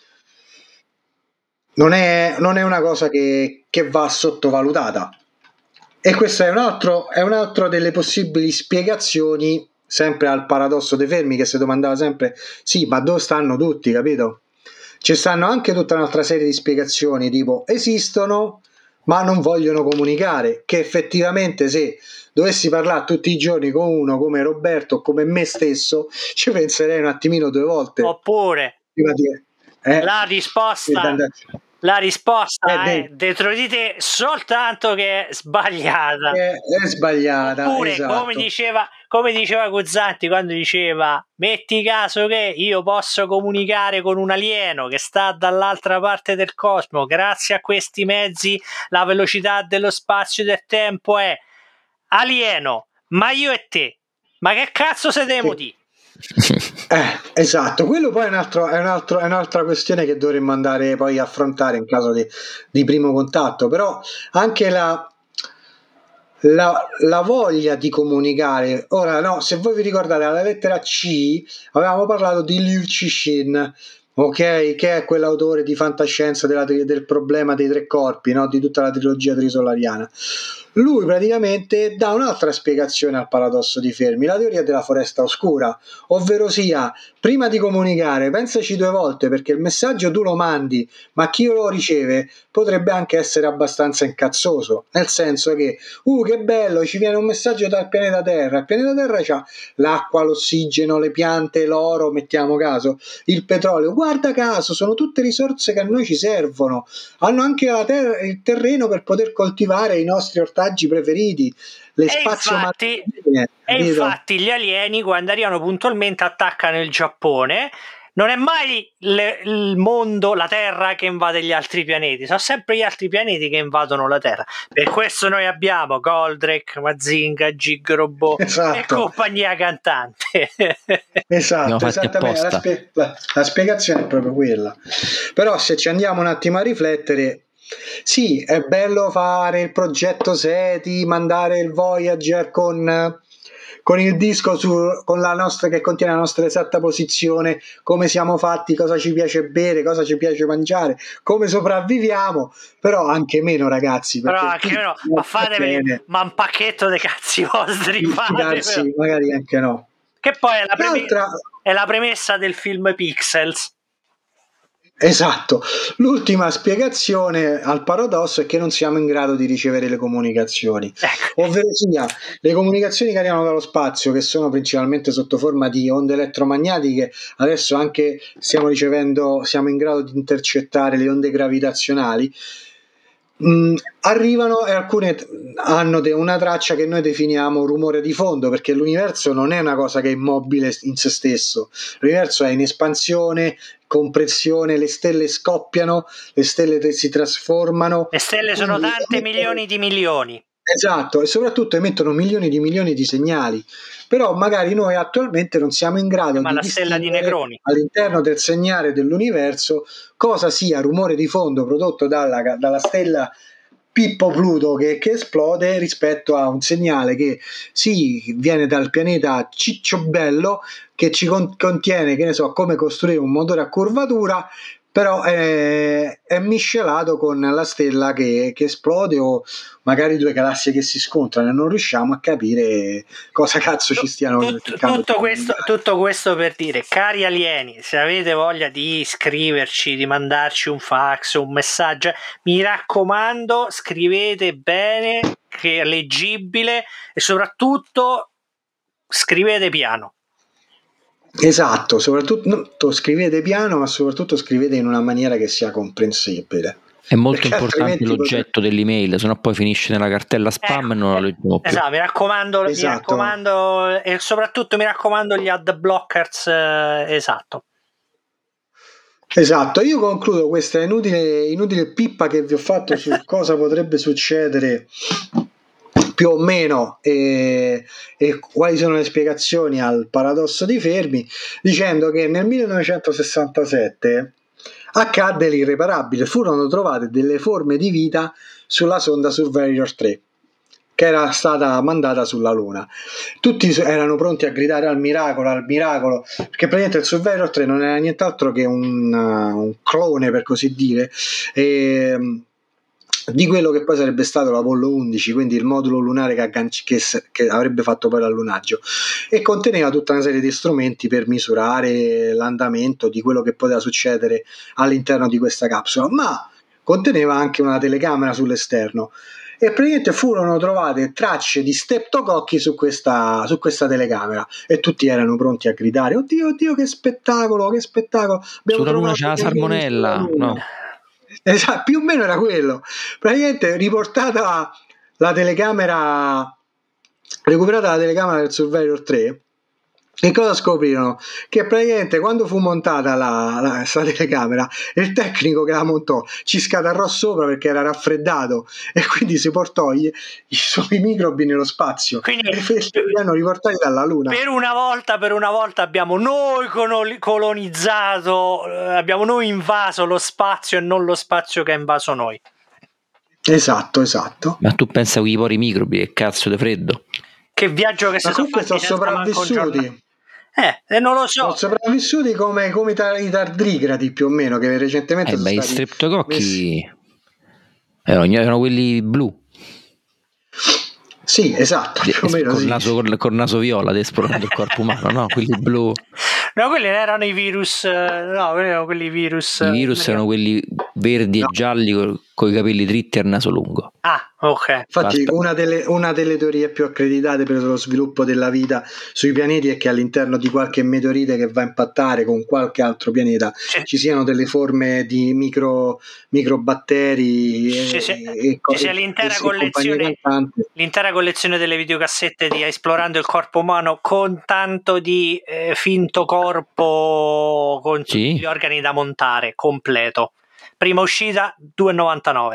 non è una cosa che va sottovalutata. E questo è un altro delle possibili spiegazioni, sempre al paradosso dei Fermi, che si domandava sempre: sì, ma dove stanno tutti, capito? Ci stanno anche tutta un'altra serie di spiegazioni, tipo esistono ma non vogliono comunicare, che effettivamente se dovessi parlare tutti i giorni con uno come Roberto o come me stesso ci penserei un attimino 2 volte. oppure la risposta La risposta è dentro di te, soltanto che è sbagliata. È sbagliata. Oppure, esatto. come diceva Guzzanti quando diceva: metti caso che io posso comunicare con un alieno che sta dall'altra parte del cosmo, grazie a questi mezzi la velocità dello spazio e del tempo è alieno, ma io e te, ma che cazzo sedemo di? Esatto, quello poi è un'altra questione che dovremmo andare poi a affrontare in caso di primo contatto, però anche la voglia di comunicare. Ora, no, se voi vi ricordate, alla lettera C avevamo parlato di Liu Cixin, ok, che è quell'autore di fantascienza del problema dei tre corpi, no? Di tutta la trilogia trisolariana. Lui praticamente dà un'altra spiegazione al paradosso di Fermi, la teoria della foresta oscura, ovvero sia, prima di comunicare, pensaci due volte, perché il messaggio tu lo mandi, ma chi lo riceve potrebbe anche essere abbastanza incazzoso, nel senso che che bello, ci viene un messaggio dal pianeta Terra. Il pianeta Terra c'ha l'acqua, l'ossigeno, le piante, l'oro, mettiamo caso, il petrolio, guarda caso, sono tutte risorse che a noi ci servono, hanno anche il terreno per poter coltivare i nostri ortaggi preferiti, le spazio marine. E infatti gli alieni, quando arrivano puntualmente, attaccano il Giappone. Non è mai il mondo, la Terra, che invade gli altri pianeti, sono sempre gli altri pianeti che invadono la Terra. Per questo noi abbiamo Goldrake, Mazinga, Gig Robot e compagnia cantante. Esatto, esattamente. La spiegazione è proprio quella. Però se ci andiamo un attimo a riflettere, sì, è bello fare il progetto SETI, mandare il Voyager con il disco con la nostra, che contiene la nostra esatta posizione, come siamo fatti, cosa ci piace bere, cosa ci piace mangiare, come sopravviviamo, però anche meno, ragazzi, però anche meno, ma fatevi ma un pacchetto dei cazzi vostri, cazzi, magari anche no, che poi è la premessa del film Pixels. Esatto, l'ultima spiegazione al paradosso è che non siamo in grado di ricevere le comunicazioni, ovvero sia le comunicazioni che arrivano dallo spazio, che sono principalmente sotto forma di onde elettromagnetiche. Adesso anche siamo in grado di intercettare le onde gravitazionali, arrivano, e alcune hanno una traccia che noi definiamo rumore di fondo, perché l'universo non è una cosa che è immobile in se stesso, l'universo è in espansione, compressione, le stelle scoppiano, le stelle si trasformano, le stelle sono tante milioni di milioni. Esatto, e soprattutto emettono milioni di segnali, però magari noi attualmente non siamo in grado di distinguere all'interno del segnale dell'universo cosa sia rumore di fondo prodotto dalla stella Pippo Pluto che esplode rispetto a un segnale che viene dal pianeta Cicciobello, che ci contiene, che ne so, come costruire un motore a curvatura, però è miscelato con la stella che esplode, o magari due galassie che si scontrano, e non riusciamo a capire cosa cazzo ci stiano cercando. Tutto questo per dire, cari alieni, se avete voglia di scriverci, di mandarci un fax, un messaggio, mi raccomando, scrivete bene, che è leggibile, e soprattutto scrivete piano. Esatto, soprattutto scrivete piano, ma soprattutto scrivete in una maniera che sia comprensibile. È molto importante l'oggetto dell'email, sennò poi finisce nella cartella spam e non la leggiamo più. Esatto, mi raccomando, e soprattutto mi raccomando gli ad blockers, esatto. Esatto, io concludo questa inutile pippa che vi ho fatto su cosa potrebbe succedere più o meno e quali sono le spiegazioni al paradosso di Fermi, dicendo che nel 1967 accadde l'irreparabile, furono trovate delle forme di vita sulla sonda Surveyor 3 che era stata mandata sulla Luna. Tutti erano pronti a gridare al miracolo, perché praticamente il Surveyor 3 non era nient'altro che un clone, per così dire, di quello che poi sarebbe stato l'Apollo 11, quindi il modulo lunare che avrebbe fatto poi l'allunaggio, e conteneva tutta una serie di strumenti per misurare l'andamento di quello che poteva succedere all'interno di questa capsula, ma conteneva anche una telecamera sull'esterno, e praticamente furono trovate tracce di streptococchi su questa telecamera, e tutti erano pronti a gridare: oddio, che spettacolo, sulla Luna c'è la salmonella, no? Esatto, più o meno era quello. Praticamente riportata la telecamera, recuperata la telecamera del Survivor 3, che cosa scoprirono? Che praticamente quando fu montata sta telecamera, il tecnico che la montò ci scatarrò sopra perché era raffreddato e quindi si portò i suoi microbi nello spazio. Quindi e li hanno riportati dalla Luna. Per una volta abbiamo noi colonizzato, abbiamo noi invaso lo spazio e non lo spazio che ha invaso noi. Esatto. Ma tu pensa con i pori microbi, che cazzo di freddo? Che viaggio che si sono fatti sono sopravvissuti. Non lo so. Sono sopravvissuti come i tardigradi più o meno, che recentemente sono i stati streptococchi erano quelli blu. Sì, esatto, più o meno col naso viola esplorando il corpo umano, no? Quelli blu. No, quelli erano i virus. No, quelli erano quelli virus. I virus erano quelli verdi e gialli con i capelli dritti e il naso lungo. Ah, ok. Infatti, una delle teorie più accreditate per lo sviluppo della vita sui pianeti è che all'interno di qualche meteorite che va a impattare con qualche altro pianeta ci siano delle forme di microbatteri e l'intera collezione delle videocassette di Esplorando il corpo umano con tanto di finto corpo con tutti gli organi da montare completo. Prima uscita $2,99.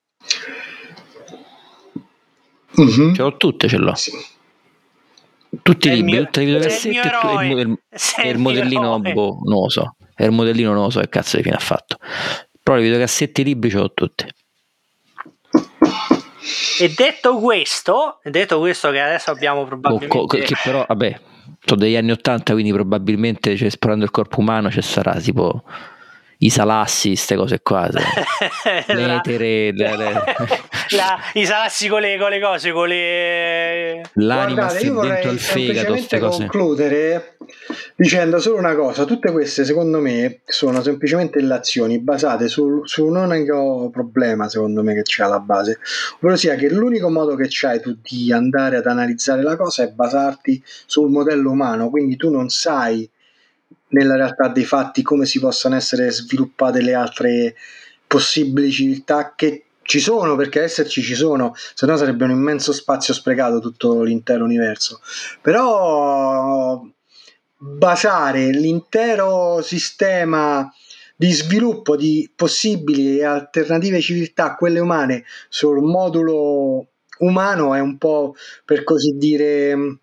Ce l'ho tutte, Sì. Tutti i libri, tutte le videocassette e il modellino non lo so. È il modellino non lo so che cazzo di fine ha fatto. Però le videocassette e i libri ce l'ho tutte. E detto questo che adesso abbiamo probabilmente che però vabbè sono degli anni 80, quindi probabilmente esplorando il corpo umano ci sarà tipo i salassi, queste cose qua, l'etere, i salassi con le cose, con le l'anima. Guardate, io vorrei semplicemente concludere dicendo solo una cosa: tutte queste secondo me sono semplicemente illazioni basate su un unico problema, secondo me, che c'è alla base, ovvero sia che l'unico modo che c'hai tu di andare ad analizzare la cosa è basarti sul modello umano, quindi tu non sai nella realtà dei fatti come si possano essere sviluppate le altre possibili civiltà che ci sono, perché esserci ci sono, se no sarebbe un immenso spazio sprecato tutto l'intero universo. Però basare l'intero sistema di sviluppo di possibili e alternative civiltà a quelle umane sul modulo umano è un po', per così dire,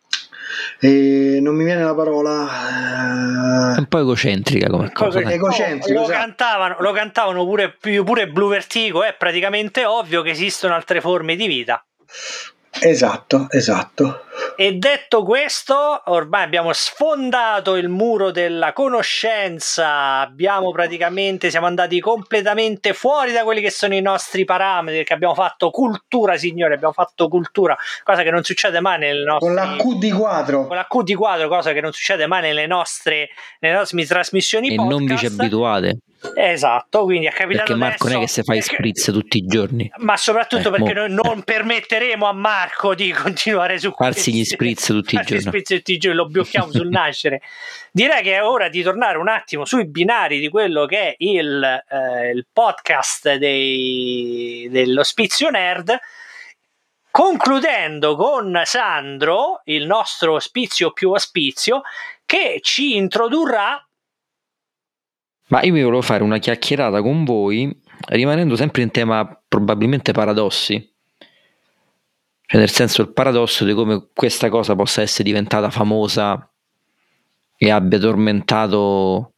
non mi viene la parola, è un po' egocentrica come cosa. Lo cantavano pure Blue Vertigo. È praticamente ovvio che esistono altre forme di vita. Esatto. E detto questo, ormai abbiamo sfondato il muro della conoscenza, siamo andati completamente fuori da quelli che sono i nostri parametri, perché abbiamo fatto cultura, signori, cosa che non succede mai nelle nostre... Con la Q di quadro, cosa che non succede mai nelle nostre trasmissioni podcast. E non vi ci abituate. Esatto, quindi è capitato perché Marco non è che se fai spritz tutti i giorni, ma soprattutto perché noi non permetteremo a Marco di continuare su farsi gli spritz tutti i giorni, lo blocchiamo sul nascere. Direi che è ora di tornare un attimo sui binari di quello che è il podcast dell'Ospizio Nerd, concludendo con Sandro, il nostro ospizio più ospizio, che ci introdurrà. Ma io mi volevo fare una chiacchierata con voi, rimanendo sempre in tema probabilmente paradossi, cioè nel senso il paradosso di come questa cosa possa essere diventata famosa e abbia tormentato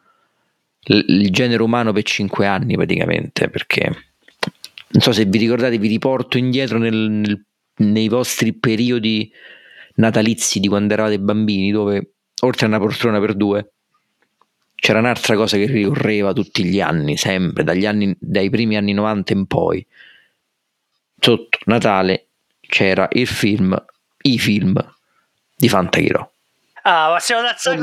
il genere umano per 5 anni praticamente, perché non so se vi ricordate, vi riporto indietro nei vostri periodi natalizi di quando eravate bambini, dove oltre a una poltrona per due c'era un'altra cosa che ricorreva tutti gli anni, sempre, dai primi anni 90 in poi. Sotto Natale c'era i film di Fantachirò. Passiamo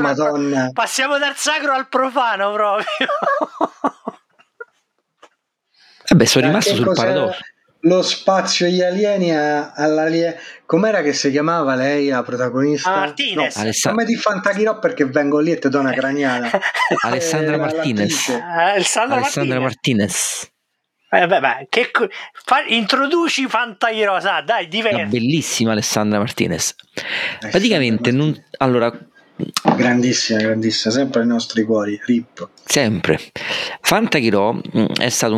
dal sacro al profano proprio. Sono rimasto sul paradosso. lo spazio, gli alieni com'era che si chiamava lei, la protagonista? Martinez. Come di Fantachirò, perché vengo lì e ti do una craniata. Alessandra Martinez. Alessandra Martinez. Introduci Fantachirò, dai, diverti. Bellissima Alessandra Martinez. Praticamente allora, grandissima, sempre ai nostri cuori, rip. Sempre. Fantachirò è stato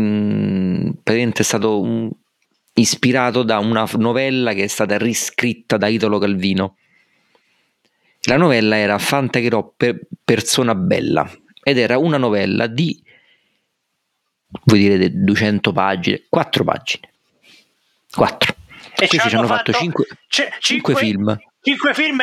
ispirato da una novella che è stata riscritta da Italo Calvino. La novella era Fantachirò persona bella ed era una novella di, voi direte 200 pagine, 4 pagine. 4. E questi ci hanno fatto 5 film. 5 film.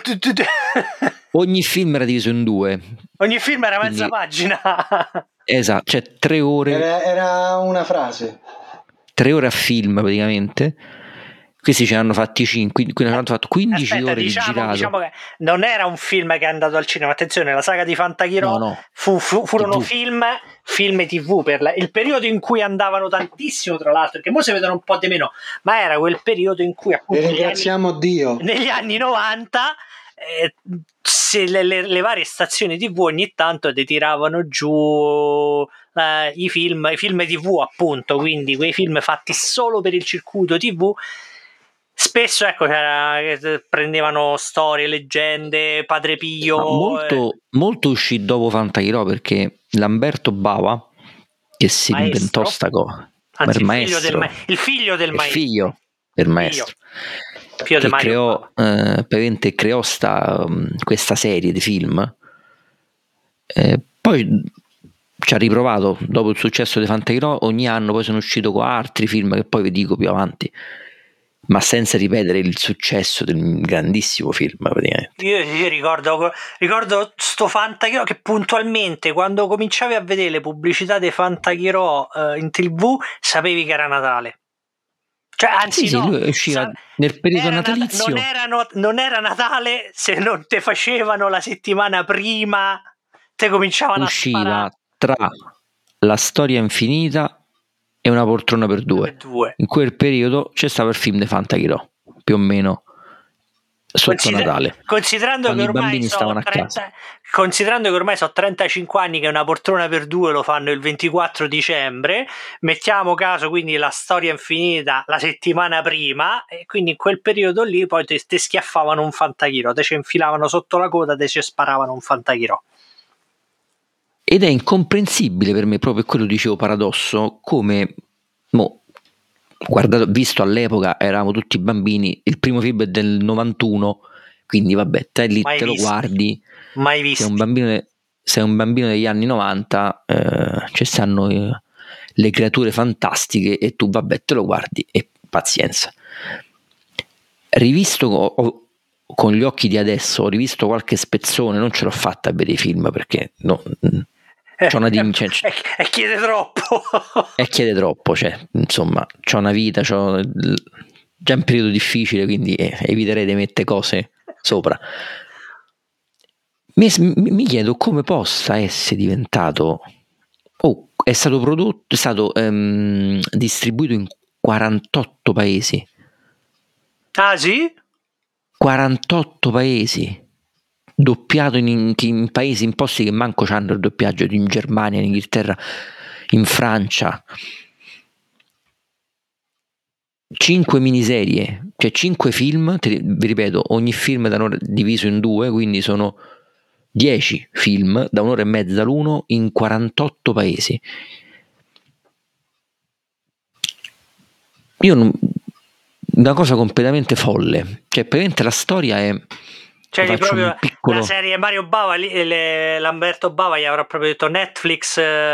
Ogni film era diviso in 2. Ogni film era mezza pagina. Esatto, cioè 3 ore. Era una frase. 3 ore a film praticamente. Questi ce ne hanno fatti 5, quindi hanno fatto 15 ore di girato. Diciamo che non era un film che è andato al cinema. Attenzione, la saga di Fantachirò furono film TV per il periodo in cui andavano tantissimo, tra l'altro, che ora si vedono un po' di meno, ma era quel periodo in cui appunto ringraziamo Dio. Negli anni 90 se le varie stazioni TV ogni tanto ti tiravano giù i film TV, appunto, quindi quei film fatti solo per il circuito TV. Spesso prendevano storie, leggende, Padre Pio. Molto uscì dopo Fantachirò, perché Lamberto Bava, che si inventò sta cosa, il figlio del maestro, che creò questa serie di film. Poi ci ha riprovato dopo il successo di Fantachirò, ogni anno poi sono uscito con altri film che poi vi dico più avanti, ma senza ripetere il successo del grandissimo film praticamente. Io ricordo sto Fantachirò che puntualmente quando cominciavi a vedere le pubblicità dei Fantachirò in TV sapevi che era Natale. Cioè, anzi, sì, lui usciva nel periodo natalizio. Non era Natale se non te facevano la settimana prima, te cominciavano usciva a sparare. Tra La storia infinita e Una poltrona per due. In quel periodo c'è stato il film di Fantachirò, più o meno sotto Natale, considerando che i bambini stavano a casa. Considerando che ormai sono 35 anni che Una poltrona per due lo fanno il 24 dicembre, mettiamo caso quindi La storia infinita la settimana prima, e quindi in quel periodo lì poi te schiaffavano un Fantachirò, te ci infilavano sotto la coda, te ci sparavano un Fantachirò. Ed è incomprensibile per me, proprio quello dicevo, paradosso, come guardato, visto all'epoca eravamo tutti bambini, il primo film è del 91, quindi vabbè, te lì te lo guardi, mai visto. Sei un bambino degli anni 90, ci stanno le creature fantastiche e tu vabbè te lo guardi e pazienza. Rivisto con gli occhi di adesso, ho rivisto qualche spezzone, non ce l'ho fatta a vedere i film perché c'ho una chiede troppo. Chiede troppo, cioè, insomma, c'ho una vita, c'ho già un periodo difficile, quindi eviterei di mettere cose sopra. Mi chiedo come possa essere diventato, è stato prodotto, è stato distribuito in 48 paesi. Ah sì? 48 paesi, doppiato in paesi, in posti che manco c'hanno il doppiaggio, in Germania, in Inghilterra, in Francia. 5 miniserie, cioè 5 film, vi ripeto, ogni film da un'ora diviso in 2, quindi sono 10 film da un'ora e mezza l'uno in 48 paesi. Una cosa completamente folle, cioè praticamente la storia è, cioè proprio la serie Mario Bava, Lamberto Bava gli avrà proprio detto Netflix,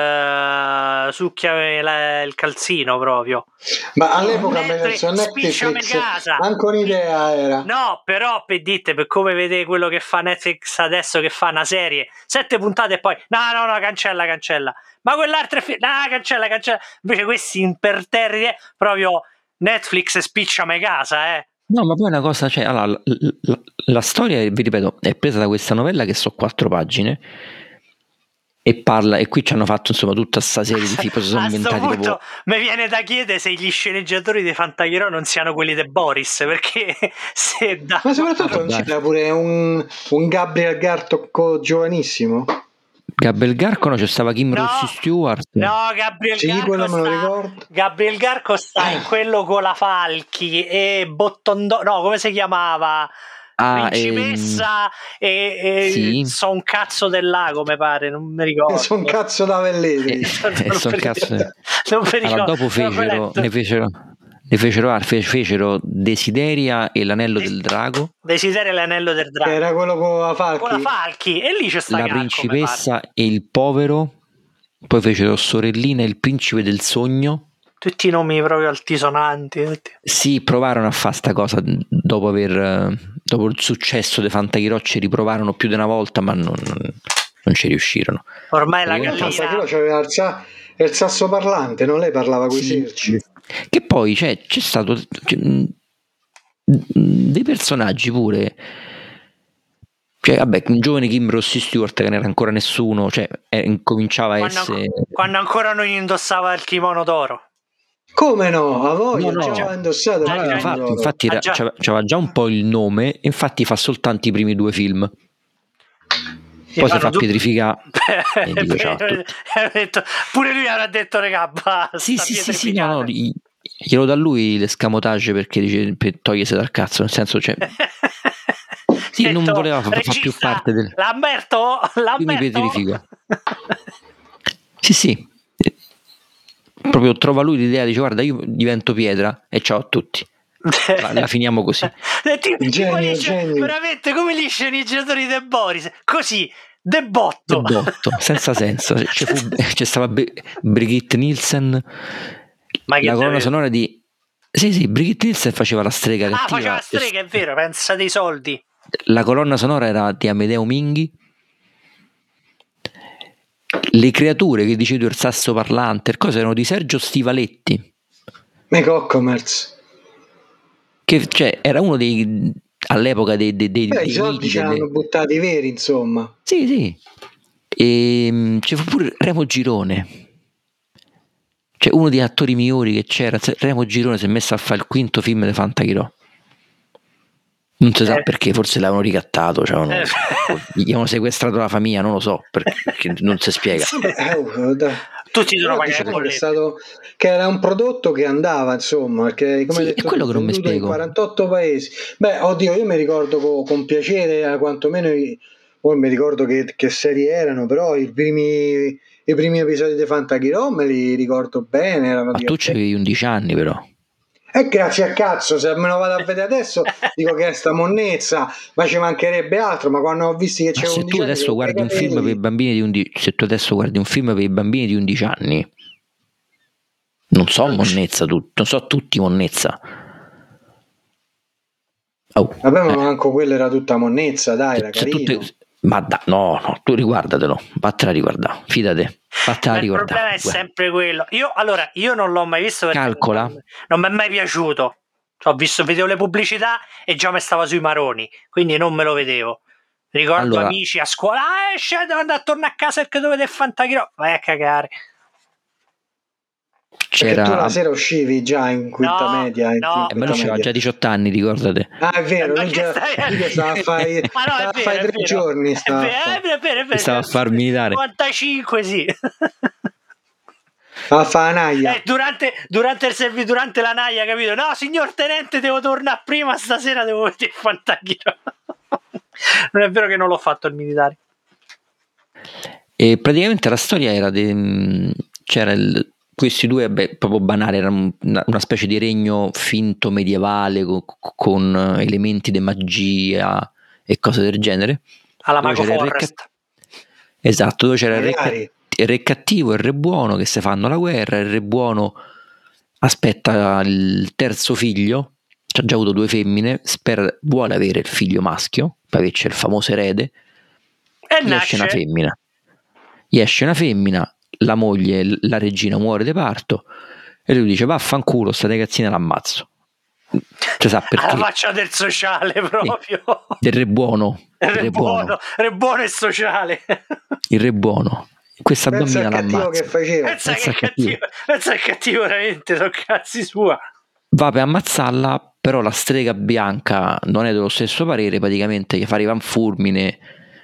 succhia il calzino proprio. Ma all'epoca Netflix anche un'idea era. No, però per come vede quello che fa Netflix adesso, che fa una serie 7 puntate e poi no, cancella, ma quell'altro cancella, invece questi imperterriti proprio Netflix spicciame casa, No, ma poi una cosa, cioè, allora, la storia, vi ripeto, è presa da questa novella che so 4 pagine, e parla, e qui ci hanno fatto insomma tutta sta serie di film, si sono A sto inventati punto proprio. mi viene da chiedere se gli sceneggiatori di Fantachirò non siano quelli di Boris, perché se da... Ma soprattutto non Vabbè. c'era pure un Gabriel Gartocco giovanissimo? Gabriel Garco no, c'è stava Kim Rossi Stewart. No, Gabriel Sì, Garco quello me lo sta... ricordo. Gabriel Garco sta in quello con la Falchi e Bottondo... No, come si chiamava? Principessa e sì. so un cazzo del lago, mi pare, non mi ricordo. Sono un cazzo da Velletri. Son cazzo. Non mi ricordo. Allora, dopo fecero Desideria e l'anello del drago, Desiderio e l'anello del drago. Era quello con la Falchi. Con la Falchi, e lì c'è sta la Garco, principessa e il povero, poi fecero Sorellina e il principe del sogno. tutti i nomi proprio altisonanti. Sì, provarono a fare sta cosa dopo il successo dei Fantachirò, ci riprovarono più di una volta, ma non ci riuscirono. Ormai la Praticamente gallina... c'aveva il sasso parlante, non lei parlava coi cerci. Che poi c'è stato dei personaggi pure, cioè vabbè, un giovane Kim Rossi Stewart che non era ancora nessuno, cioè cominciava a essere... Quando ancora non indossava il kimono d'oro. Come no? A voi No, già indossato. Infatti c'aveva già un po' il nome, infatti fa soltanto i primi 2 film. Poi si fa pietrificare e dico ciao a tutti. Pure lui avrà detto regà, basta. Sì, no, glielo dà lui l'escamotage perché dice per togliersi dal cazzo, nel senso, cioè sì, non voleva fare più parte del... Lamberto mi pietrifica. Sì, proprio trova lui l'idea, dice guarda io divento pietra e ciao a tutti. La finiamo così. Genio. Veramente come gli sceneggiatori di Boris, così debotto, senza senso. C'è stava Brigitte Nielsen, la colonna sonora di... Sì, Brigitte Nielsen faceva la strega cattiva. Faceva la strega, è vero, pensa dei soldi. La colonna sonora era di Amedeo Minghi. Le creature che dicevi tu, il sasso parlante, cose erano di Sergio Stivaletti. Mecocommerce. Che cioè era uno dei all'epoca dei i soldi ce l'hanno buttati veri, insomma. Sì. E c'è pure Remo Girone, cioè uno degli attori migliori che c'era. Remo Girone si è messo a fare il quinto film di Fantachirò, non si sa perché, forse l'avevano ricattato, cioè gli avevano sequestrato la famiglia, non lo so perché non si spiega. Tutti sono che era un prodotto che andava, insomma, perché come detto, è quello che non mi spiego. In 48 paesi. Beh, oddio, io mi ricordo con piacere, quantomeno poi mi ricordo che serie erano, però i primi episodi di Fantachirò me li ricordo bene. Erano ma tu c'avevi 11 anni però. Grazie a cazzo, se me lo vado a vedere adesso dico che è sta monnezza, ma ci mancherebbe altro. Ma quando ho visto che c'è se tu adesso guardi un film per i bambini di 11, se tu adesso guardi un film per i bambini di 11 anni, non so monnezza, non so tutti monnezza. Vabbè, ma manco quella era tutta monnezza, dai, era carino. Ma no, tu riguardatelo, vattela a riguardare, fidate. Il problema è sempre quello. Io non l'ho mai visto perché calcola, non mi è mai piaciuto. Ho vedevo le pubblicità e già mi stava sui maroni, quindi non me lo vedevo. Ricordo amici a scuola, devo andare a tornare a casa perché dovete Fantachirò. Vai a cagare. Perché tu la sera uscivi già in quinta media. No, ma lui aveva già 18 anni, ricordate. È vero, lui stava a fare 3 giorni. Stava a far militare. 55, sì. A fare naia. Durante la naia, capito? No, signor tenente, devo tornare prima, stasera devo vedere Fantachirò. Non è vero che non l'ho fatto il militare. E praticamente la storia era c'era questi due, proprio banale, era una specie di regno finto medievale con elementi di magia e cose del genere. Alla Mago Forest. Esatto, dove c'era il re cattivo e il re buono che si fanno la guerra. Il re buono aspetta il terzo figlio, ha già avuto 2 femmine, vuole avere il figlio maschio, poi c'è il famoso erede, e gli esce una femmina, la moglie, la regina muore di parto e lui dice vaffanculo, sta ragazzina l'ammazzo. Cioè, sa perché? Alla faccia del sociale proprio. Del re buono. Re buono e sociale. Il re buono. questa Pensa bambina al cattivo che l'ammazza. faceva. Pensa che cattivo veramente, sono cazzi sua. Va per ammazzarla, però la strega bianca non è dello stesso parere, praticamente gli fa arrivare un fulmine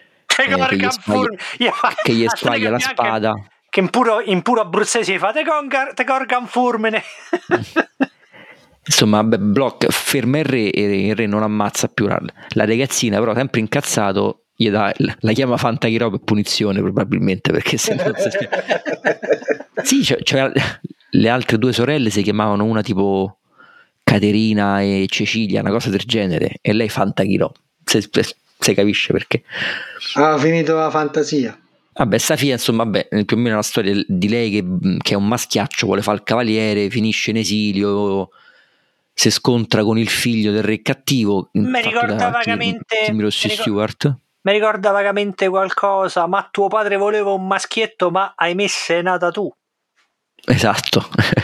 che gli squaglia la spada. Che in puro abruzzese fa te corgan fulmine. Insomma, ferma il re e il re non ammazza più la ragazzina, però sempre incazzato la chiama Fantachirò per punizione probabilmente, perché se non sì, cioè, le altre due sorelle si chiamavano una tipo Caterina e Cecilia, una cosa del genere, e lei Fantachirò, se capisce perché. Ha finito la fantasia. Vabbè, sta figlia, insomma, più o meno la storia di lei che è un maschiaccio, vuole fare il cavaliere, finisce in esilio, si scontra con il figlio del re cattivo. Mi ricorda vagamente Kim Rossi Stewart. Mi ricorda vagamente qualcosa, ma tuo padre voleva un maschietto, ma ahimè sei nata tu. Esatto.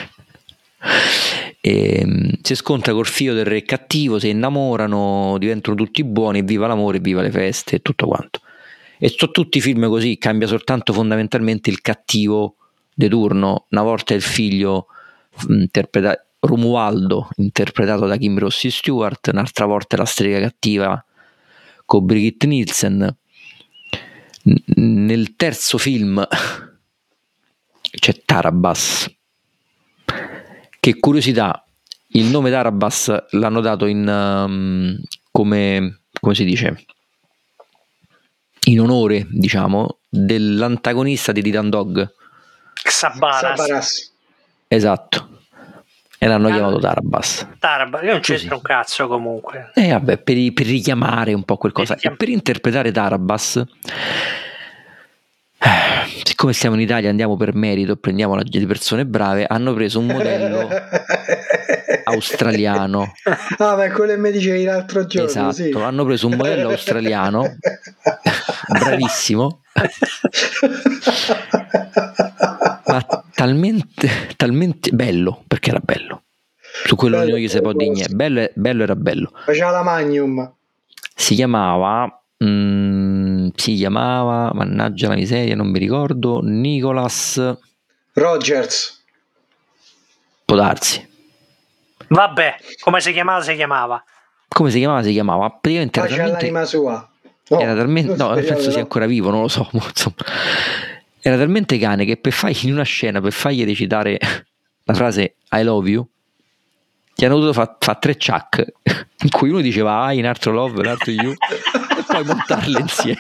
Si scontra col figlio del re cattivo, si innamorano, diventano tutti buoni, viva l'amore, viva le feste e tutto quanto. E sono tutti film così, cambia soltanto fondamentalmente il cattivo di turno. Una volta è il figlio Romualdo, interpretato da Kim Rossi Stewart, un'altra volta è la strega cattiva con Brigitte Nielsen. Nel terzo film c'è Tarabas. Che curiosità, il nome Tarabas l'hanno dato in come si dice, in onore, diciamo, dell'antagonista di Titan Dog, Xabaras. Esatto. E l'hanno chiamato Tarabas. Io non c'entra un cazzo comunque. Vabbè, per richiamare un po' quel cosa. E per interpretare Tarabas, siccome siamo in Italia, andiamo per merito, prendiamo le persone brave, hanno preso un modello australiano. Quello che mi dicevi l'altro giorno. Esatto, sì. Hanno preso un modello australiano bravissimo, ma talmente bello, perché era bello. Su quello non gli si può dire niente. Bello era bello. Faceva la Magnum. Si chiamava, mannaggia la miseria, non mi ricordo, Nicholas Rogers. Può darsi. Vabbè, come si chiamava? Come si chiamava? Praticamente era talmente... l'anima sua. Penso sia ancora vivo, non lo so. Insomma. Era talmente cane che per fargli recitare la frase I love you, ti hanno dovuto fare 3 chuck in cui uno diceva I, un altro love, l'altro you e poi montarle insieme.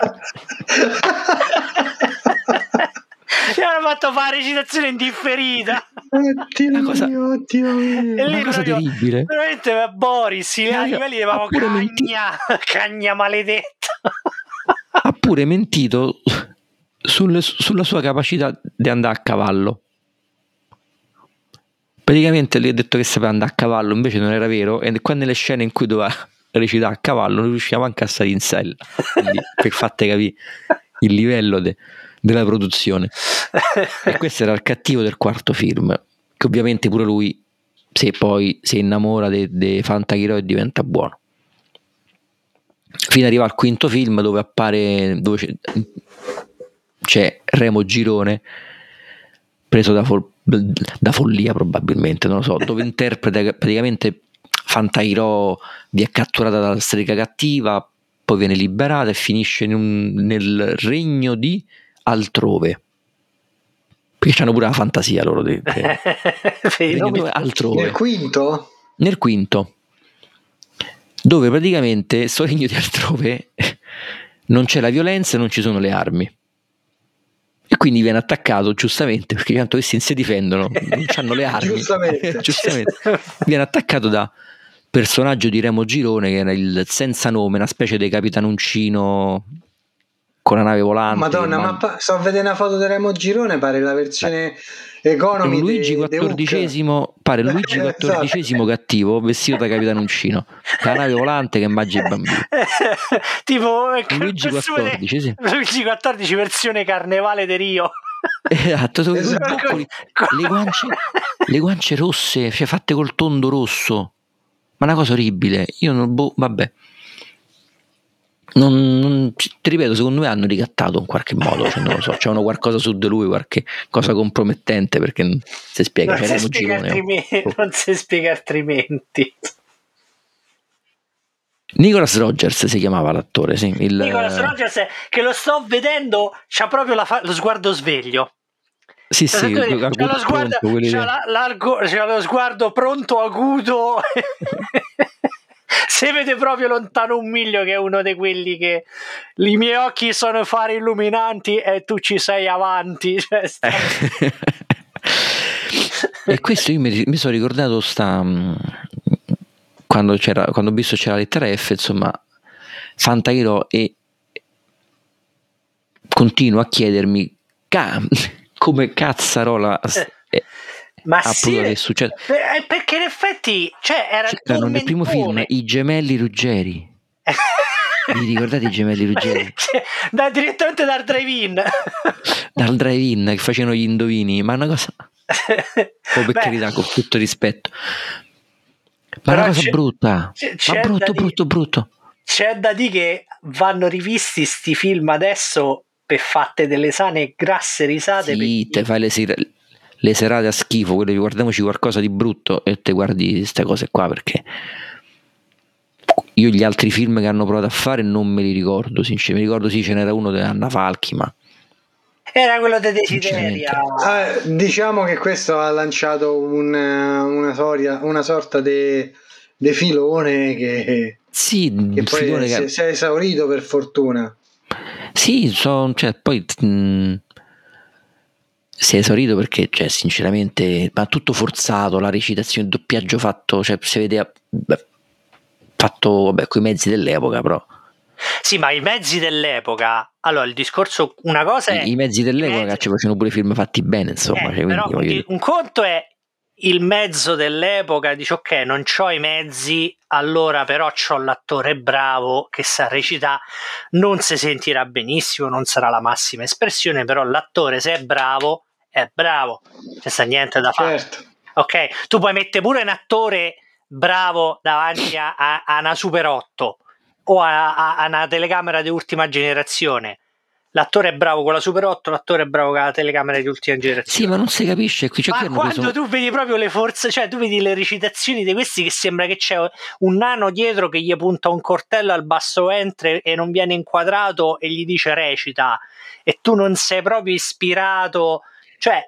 Gli hanno fatto fare recitazione indifferita. Oddio mio. È una cosa terribile. Veramente Boris, i livelli avevamo cagna maledetta. Ha pure mentito sulla sua capacità di andare a cavallo. Praticamente gli ha detto che sapeva andare a cavallo, invece non era vero, e qua nelle scene in cui doveva recitare a cavallo non riusciva anche a salire in sella. Quindi, per fatte capire il livello della produzione. E questo era il cattivo del quarto film, che ovviamente pure lui poi si innamora dei Fantachirò e diventa buono, fino ad arrivare al quinto film dove c'è Remo Girone, preso da follia probabilmente, non lo so, dove interpreta praticamente Fantachirò viene catturata dalla strega cattiva, poi viene liberata e finisce nel regno di altrove, perché hanno pure la fantasia loro altrove. Nel quinto, dove praticamente sto regno di altrove non c'è la violenza e non ci sono le armi, e quindi viene attaccato giustamente, perché tanto questi si difendono, non hanno le armi. giustamente viene attaccato da personaggio di Remo Girone, che era il senza nome, una specie di capitanuncino con la nave volante. Madonna, ma sto a vedere una foto di Remo Girone, pare la versione economy Luigi XIV, pare Luigi XIV cattivo vestito da capitanuncino, con la nave volante che mangia i bambini. Tipo Luigi XIV, sì. Luigi XIV versione Carnevale di Rio. Esatto, le guance rosse, cioè fatte col tondo rosso, ma una cosa orribile. Io non vabbè. ti ripeto, secondo me hanno ricattato in qualche modo, cioè, non lo so, c'hanno qualcosa su di lui, qualche cosa compromettente, perché non si spiega, non si spiega altrimenti. Nicholas Rogers si chiamava l'attore, sì. Nicholas Rogers, che lo sto vedendo, c'ha proprio lo sguardo sveglio. Sì, c'ha lo sguardo pronto, acuto. Si vede proprio lontano un miglio, che è uno di quelli che i miei occhi sono fari illuminanti e tu ci sei avanti. Cioè, E questo io mi sono ricordato quando ho visto c'era la lettera F, insomma, Fantachiro, e continuo a chiedermi come cazzarola ma sì, che succede, perché in effetti, cioè, c'erano nel primo film i gemelli Ruggeri. Vi ricordate i gemelli Ruggeri? Direttamente dal drive-in che facevano gli indovini, ma una cosa per carità, con tutto rispetto, ma una cosa brutta, brutto. C'è da dire che vanno rivisti sti film adesso per fatte delle sane grasse risate. Sì, te fai le serate a schifo, quelle, guardiamoci qualcosa di brutto e te guardi queste cose qua, perché io gli altri film che hanno provato a fare non me li ricordo, sinceramente. Mi ricordo sì, ce n'era uno di Anna Falchi, ma era quello di Desideria. Diciamo che questo ha lanciato una sorta di filone che poi si è esaurito, per fortuna. Sì, poi si è esaurito perché, cioè, sinceramente, ma tutto forzato, la recitazione, il doppiaggio fatto, cioè, si vede fatto, vabbè, coi mezzi dell'epoca, però. Sì, ma i mezzi dell'epoca, allora il discorso, una cosa è i mezzi dell'epoca ci facevano pure film fatti bene, insomma, però un conto è il mezzo dell'epoca, dici ok, non c'ho i mezzi, allora però c'ho l'attore bravo che sa recitare, non si sentirà benissimo, non sarà la massima espressione, però l'attore, se è bravo non sta niente da fare. Certo. Ok, tu puoi mettere pure un attore bravo davanti a una Super 8 o a una telecamera di ultima generazione. L'attore è bravo con la Super 8, l'attore è bravo con la telecamera di ultima generazione. Sì, ma non si capisce. Ma quando tu vedi proprio le forze, cioè tu vedi le recitazioni di questi che sembra che c'è un nano dietro che gli punta un coltello al basso ventre e non viene inquadrato e gli dice recita, e tu non sei proprio ispirato, cioè.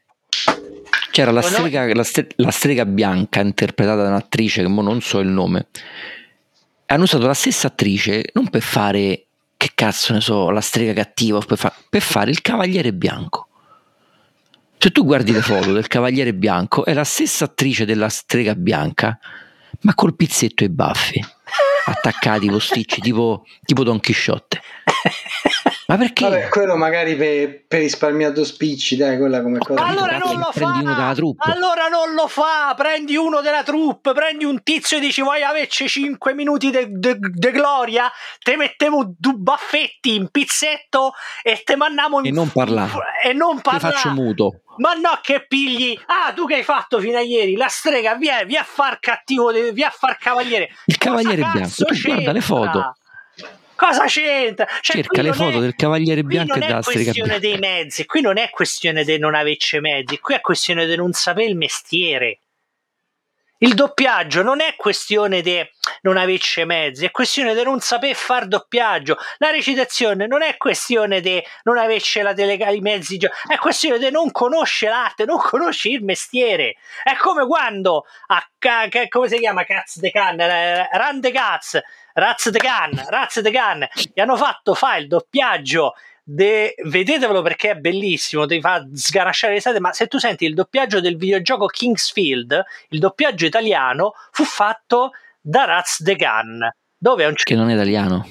C'era la strega bianca interpretata da un'attrice che mo non so il nome. Hanno usato la stessa attrice non per fare, che cazzo ne so, la strega cattiva, per fare il cavaliere bianco. Se tu guardi le foto del cavaliere bianco, è la stessa attrice della strega bianca, ma col pizzetto e i baffi attaccati posticci, tipo Don Chisciotte. Ma perché? Vabbè, quello magari per risparmiare due spicci, dai, quella come cosa. Allora non lo fa. Allora non lo fa. Prendi uno della troupe, prendi un tizio e dici vuoi averci 5 minuti de gloria? Te mettiamo due baffetti in pizzetto e te mandiamo e non parlare. Ti faccio muto. Ma no, che pigli. Tu che hai fatto fino a ieri? La strega, vieni a far cattivo, vieni a far cavaliere. Il cavaliere bianco, tu guarda le foto. Cosa c'entra? Cerca le foto del cavaliere bianco e della strega bianca. Qui non è questione dei mezzi, qui non è questione di non averci mezzi, qui è questione di non sapere il mestiere. Il doppiaggio non è questione di non averci mezzi, è questione di non saper far doppiaggio. La recitazione non è questione di non averci i mezzi, è questione di non conoscere l'arte, non conoscere il mestiere. È come quando come si chiama Caz de Can, Raz de Can, gli hanno fatto fare il doppiaggio. Vedetevelo perché è bellissimo, ti fa sganasciare l'estate. Ma se tu senti il doppiaggio del videogioco Kingsfield, il doppiaggio italiano fu fatto da Raz de Can, dove che non è italiano,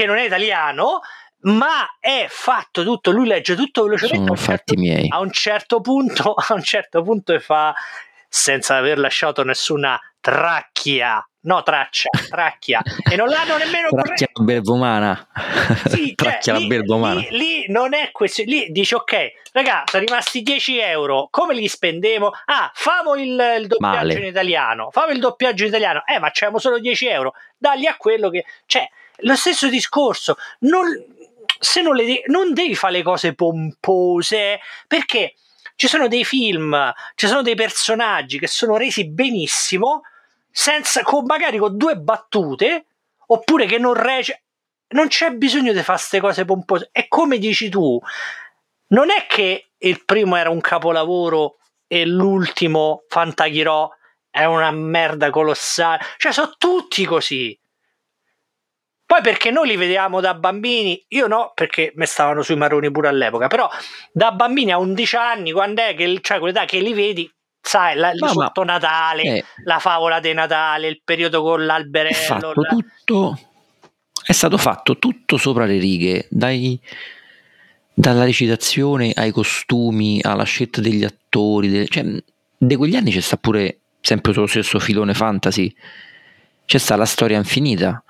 ma è fatto tutto, lui legge tutto velocemente. Sono fatti miei. A un certo punto e fa, senza aver lasciato nessuna Tracchia, no Traccia, Tracchia, e non l'hanno nemmeno Tracchia la belva umana. sì, Tracchia la belva umana. lì non è questo, lì dici ok raga, sono rimasti 10 euro, come li spendevo? Famo il doppiaggio Male. in italiano, ma c'erano solo 10 euro, dagli a quello che, cioè, lo stesso discorso, se non devi fare le cose pompose, perché ci sono dei film, ci sono dei personaggi che sono resi benissimo magari con 2 battute, oppure che non c'è bisogno di fare queste cose pompose. E come dici tu, non è che il primo era un capolavoro e l'ultimo, Fantachirò, è una merda colossale, cioè sono tutti così. Poi perché noi li vediamo da bambini, io no, perché mi stavano sui maroni pure all'epoca, però da bambini a 11 anni, quando è che, cioè quell'età che li vedi, sai, sotto Natale, la favola di Natale, il periodo con l'alberello. È stato fatto tutto sopra le righe, dalla recitazione ai costumi, alla scelta degli attori, cioè, di quegli anni c'è sta pure, sempre sullo stesso filone fantasy, c'è sta La Storia Infinita,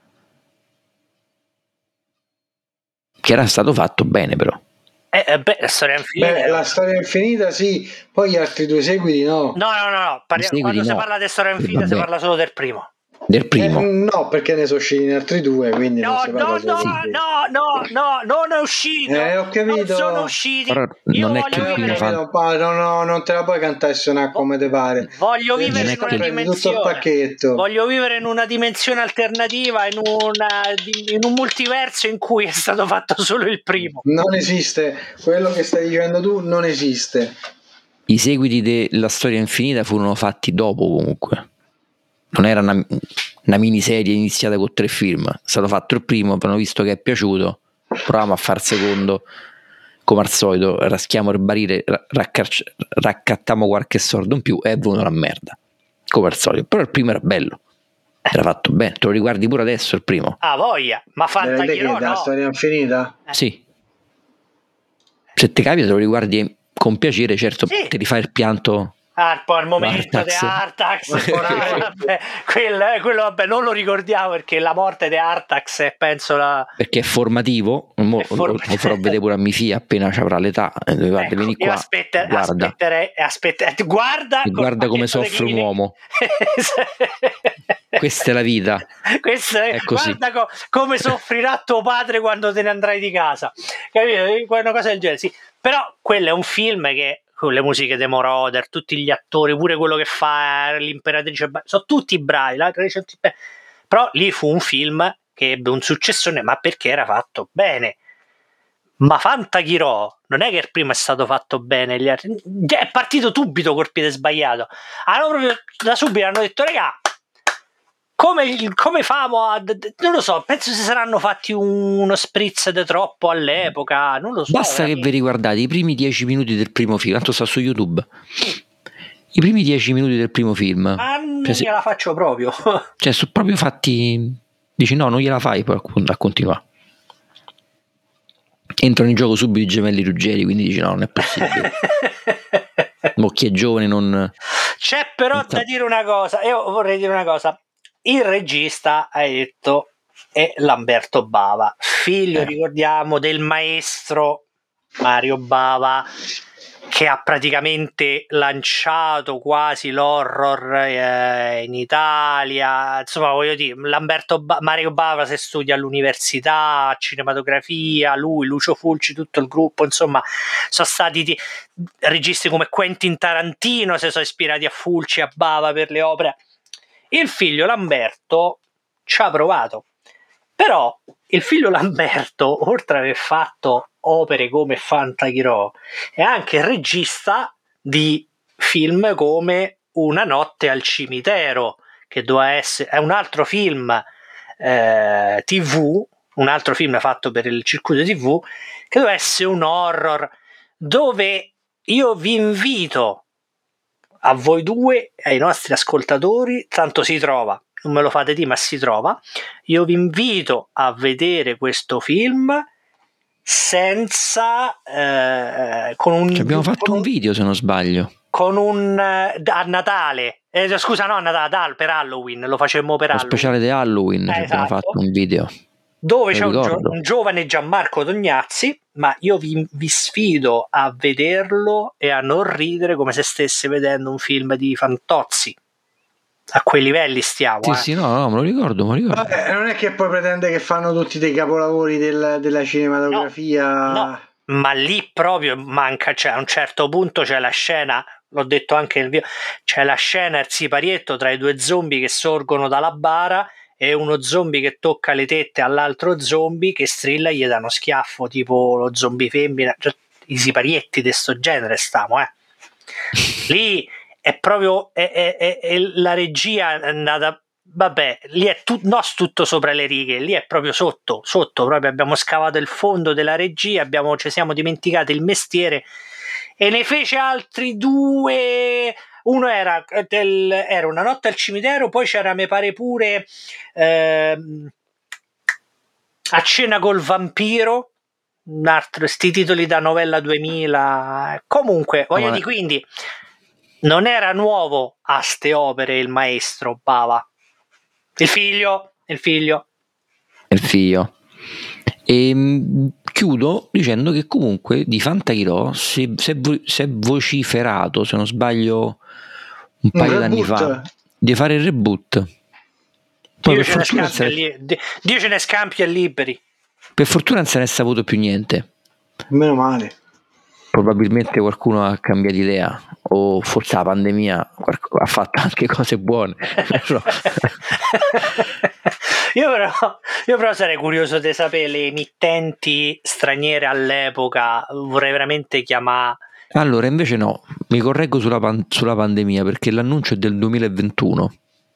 che era stato fatto bene però. La Storia Infinita. La Storia Infinita sì, poi gli altri 2 seguiti no. No. Quando si parla di Storia Infinita si parla solo del primo. Del primo? No, perché ne sono usciti altri 2, quindi no, non è uscito. Ho capito. Non sono usciti. Non è che il primo non te la puoi cantare e suonare come te pare. Voglio vivere in una dimensione. Voglio vivere in una dimensione alternativa, in un multiverso in cui è stato fatto solo il primo. Non esiste. Quello che stai dicendo tu non esiste. I seguiti della Storia Infinita furono fatti dopo comunque. Non era una miniserie iniziata con 3 film, è stato fatto il primo, abbiamo visto che è piaciuto, proviamo a fare il secondo, come al solito, raschiamo il barile, raccattiamo qualche sordo in più e è venuta una merda, come al solito, però il primo era bello, era fatto bene, te lo riguardi pure adesso il primo? Voglia, ma Fantachirò no? La Storia Infinita? Sì, se ti capita te lo riguardi con piacere, certo, sì. Ti rifai il pianto. Poi al momento di Artax, quello vabbè, non lo ricordiamo perché la morte di Artax è penso perché è formativo, lo farò vedere pure a mia figlia appena ci avrà l'età, guarda, vieni qua, guarda come soffre un uomo. Questa è la vita, è così. Guarda come soffrirà tuo padre quando te ne andrai di casa, capito? Una cosa del genere, sì. Però quello è un film che con le musiche di Moroder, tutti gli attori, pure quello che fa l'imperatrice, sono tutti bravi, però lì fu un film che ebbe un successone, ma perché era fatto bene. Ma Fantachirò non è che il primo è stato fatto bene, è partito subito col piede sbagliato, proprio da subito hanno detto regà, come famo non lo so, penso si saranno fatti uno spritz di troppo all'epoca, non lo so. Basta che vi riguardate i primi 10 minuti del primo film, tanto sta su YouTube, i primi 10 minuti del primo film, non gliela faccio proprio, cioè sono proprio fatti, dici no, non gliela fai poi a continuare, entrano in gioco subito i gemelli Ruggeri, quindi dici no, non è possibile. Mo chi è giovane non c'è, però da dire una cosa, io vorrei dire una cosa. Il regista, hai detto, è Lamberto Bava, figlio, ricordiamo, del maestro Mario Bava, che ha praticamente lanciato quasi l'horror in Italia. Insomma, voglio dire, Mario Bava si studia all'università, cinematografia, lui, Lucio Fulci, tutto il gruppo, insomma, sono stati registi come Quentin Tarantino, si sono ispirati a Fulci, a Bava per le opere. Il figlio Lamberto ci ha provato, però il figlio Lamberto, oltre ad aver fatto opere come Fantachirò, è anche il regista di film come Una notte al cimitero, che doveva essere, è un altro film TV, un altro film fatto per il circuito TV, che doveva essere un horror, dove io vi invito, a voi due, ai nostri ascoltatori, tanto si trova, non me lo fate dire ma si trova, io vi invito a vedere questo film senza abbiamo fatto un video se non sbaglio con un a Natale, scusa, no, a Natale, per Halloween, lo facemmo per Lo Halloween. speciale di Halloween, ci abbiamo Esatto. fatto un video. Dove Lo c'è ricordo. un giovane Gianmarco Tognazzi, ma io vi sfido a vederlo e a non ridere come se stesse vedendo un film di Fantozzi. A quei livelli stiamo. Sì, no, me lo ricordo. Vabbè, non è che poi pretende che fanno tutti dei capolavori della cinematografia. No, ma lì proprio manca, cioè a un certo punto c'è la scena, l'ho detto anche nel video, c'è la scena il siparietto tra i due zombie che sorgono dalla bara e uno zombie che tocca le tette all'altro zombie che strilla e gli dà uno schiaffo, tipo lo zombie femmina, cioè, i siparietti di sto genere stiamo, lì è proprio è la regia è andata, vabbè, lì è tutto sopra le righe, lì è proprio sotto, proprio abbiamo scavato il fondo della regia, ci siamo dimenticati il mestiere e ne fece altri due. Uno era Una notte al cimitero, poi c'era, mi pare pure A cena col vampiro, un altro, sti titoli da novella 2000. Comunque, voglio dire, quindi non era nuovo a ste opere il maestro Bava. Il figlio. E chiudo dicendo che comunque di Fantachirò si è vociferato, se non sbaglio, un paio d'anni fa, di fare il reboot. Poi Dio ce ne scampi e liberi. Per fortuna non se ne è saputo più niente. Meno male. Probabilmente qualcuno ha cambiato idea, o forse la pandemia ha fatto anche cose buone. Io però sarei curioso di sapere le emittenti straniere all'epoca, vorrei veramente chiamare. Allora invece no, mi correggo sulla pandemia, perché l'annuncio è del 2021.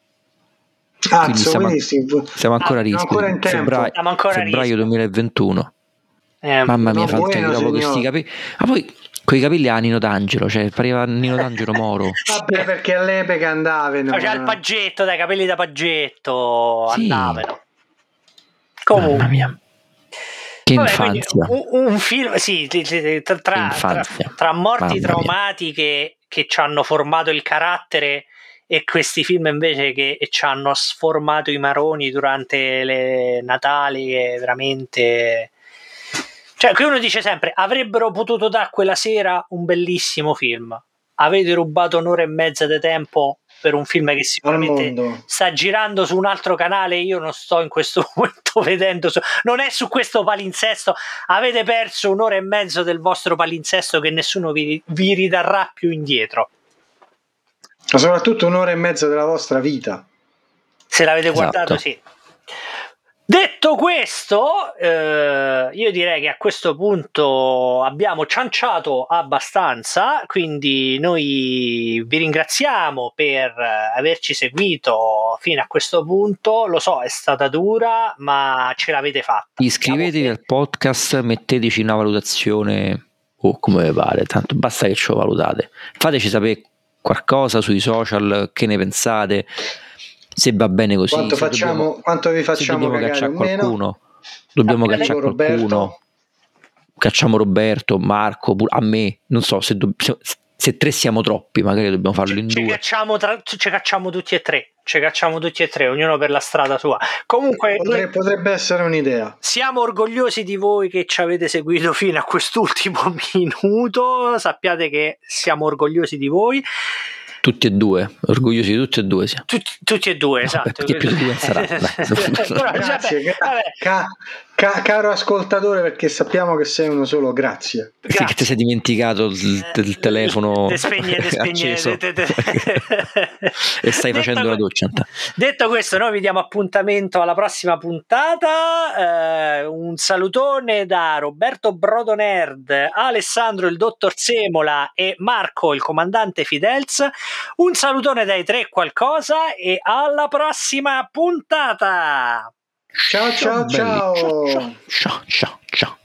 Quindi siamo ancora a rischio. Febbraio 2021. Mamma mia, Fantachirò, questi capelli. Ma poi coi capelli a Nino D'Angelo, cioè pareva Nino D'Angelo Moro. Vabbè, perché all'epoca andavano. C'era il paggetto, dai capelli da paggetto, sì. Andavano. Comunque. Mamma mia. Che infanzia. Un film, sì, tra morti traumatiche che ci hanno formato il carattere e questi film invece che ci hanno sformato i maroni durante le Natali, che veramente, cioè, qui uno dice sempre avrebbero potuto dare quella sera un bellissimo film, avete rubato un'ora e mezza di tempo per un film che sicuramente sta girando su un altro canale, io non sto in questo momento vedendo, non è su questo palinsesto, avete perso un'ora e mezzo del vostro palinsesto che nessuno vi ridarrà più indietro. Ma soprattutto un'ora e mezza della vostra vita. Se l'avete guardato, sì. Detto questo, io direi che a questo punto abbiamo cianciato abbastanza, quindi noi vi ringraziamo per averci seguito fino a questo punto. Lo so, è stata dura, ma ce l'avete fatta. Iscrivetevi al podcast, metteteci una valutazione o come vi pare, tanto basta che ce lo valutate. Fateci sapere qualcosa sui social, che ne pensate, se va bene così, quanto vi facciamo cagare o meno. Dobbiamo cacciare qualcuno, cacciamo Roberto, Marco, a me, non so se tre siamo troppi, magari dobbiamo farlo in due. Ci cacciamo tutti e tre, ognuno per la strada sua. Comunque potrebbe essere un'idea. Siamo orgogliosi di voi che ci avete seguito fino a quest'ultimo minuto, sappiate che siamo orgogliosi di voi. Tutti e due, orgogliosi di tutti e due siamo. Tutti e due, esatto. Perché più di due sarà. Grazie, caro ascoltatore, perché sappiamo che sei uno solo, grazie. Sì, che ti sei dimenticato il telefono acceso e stai facendo la doccia. Detto questo, noi vi diamo appuntamento alla prossima puntata. Un salutone da Roberto Brodonerd, Alessandro il dottor Semola e Marco il comandante Fidels. Un salutone dai tre qualcosa e alla prossima puntata. Ciao. Ciao.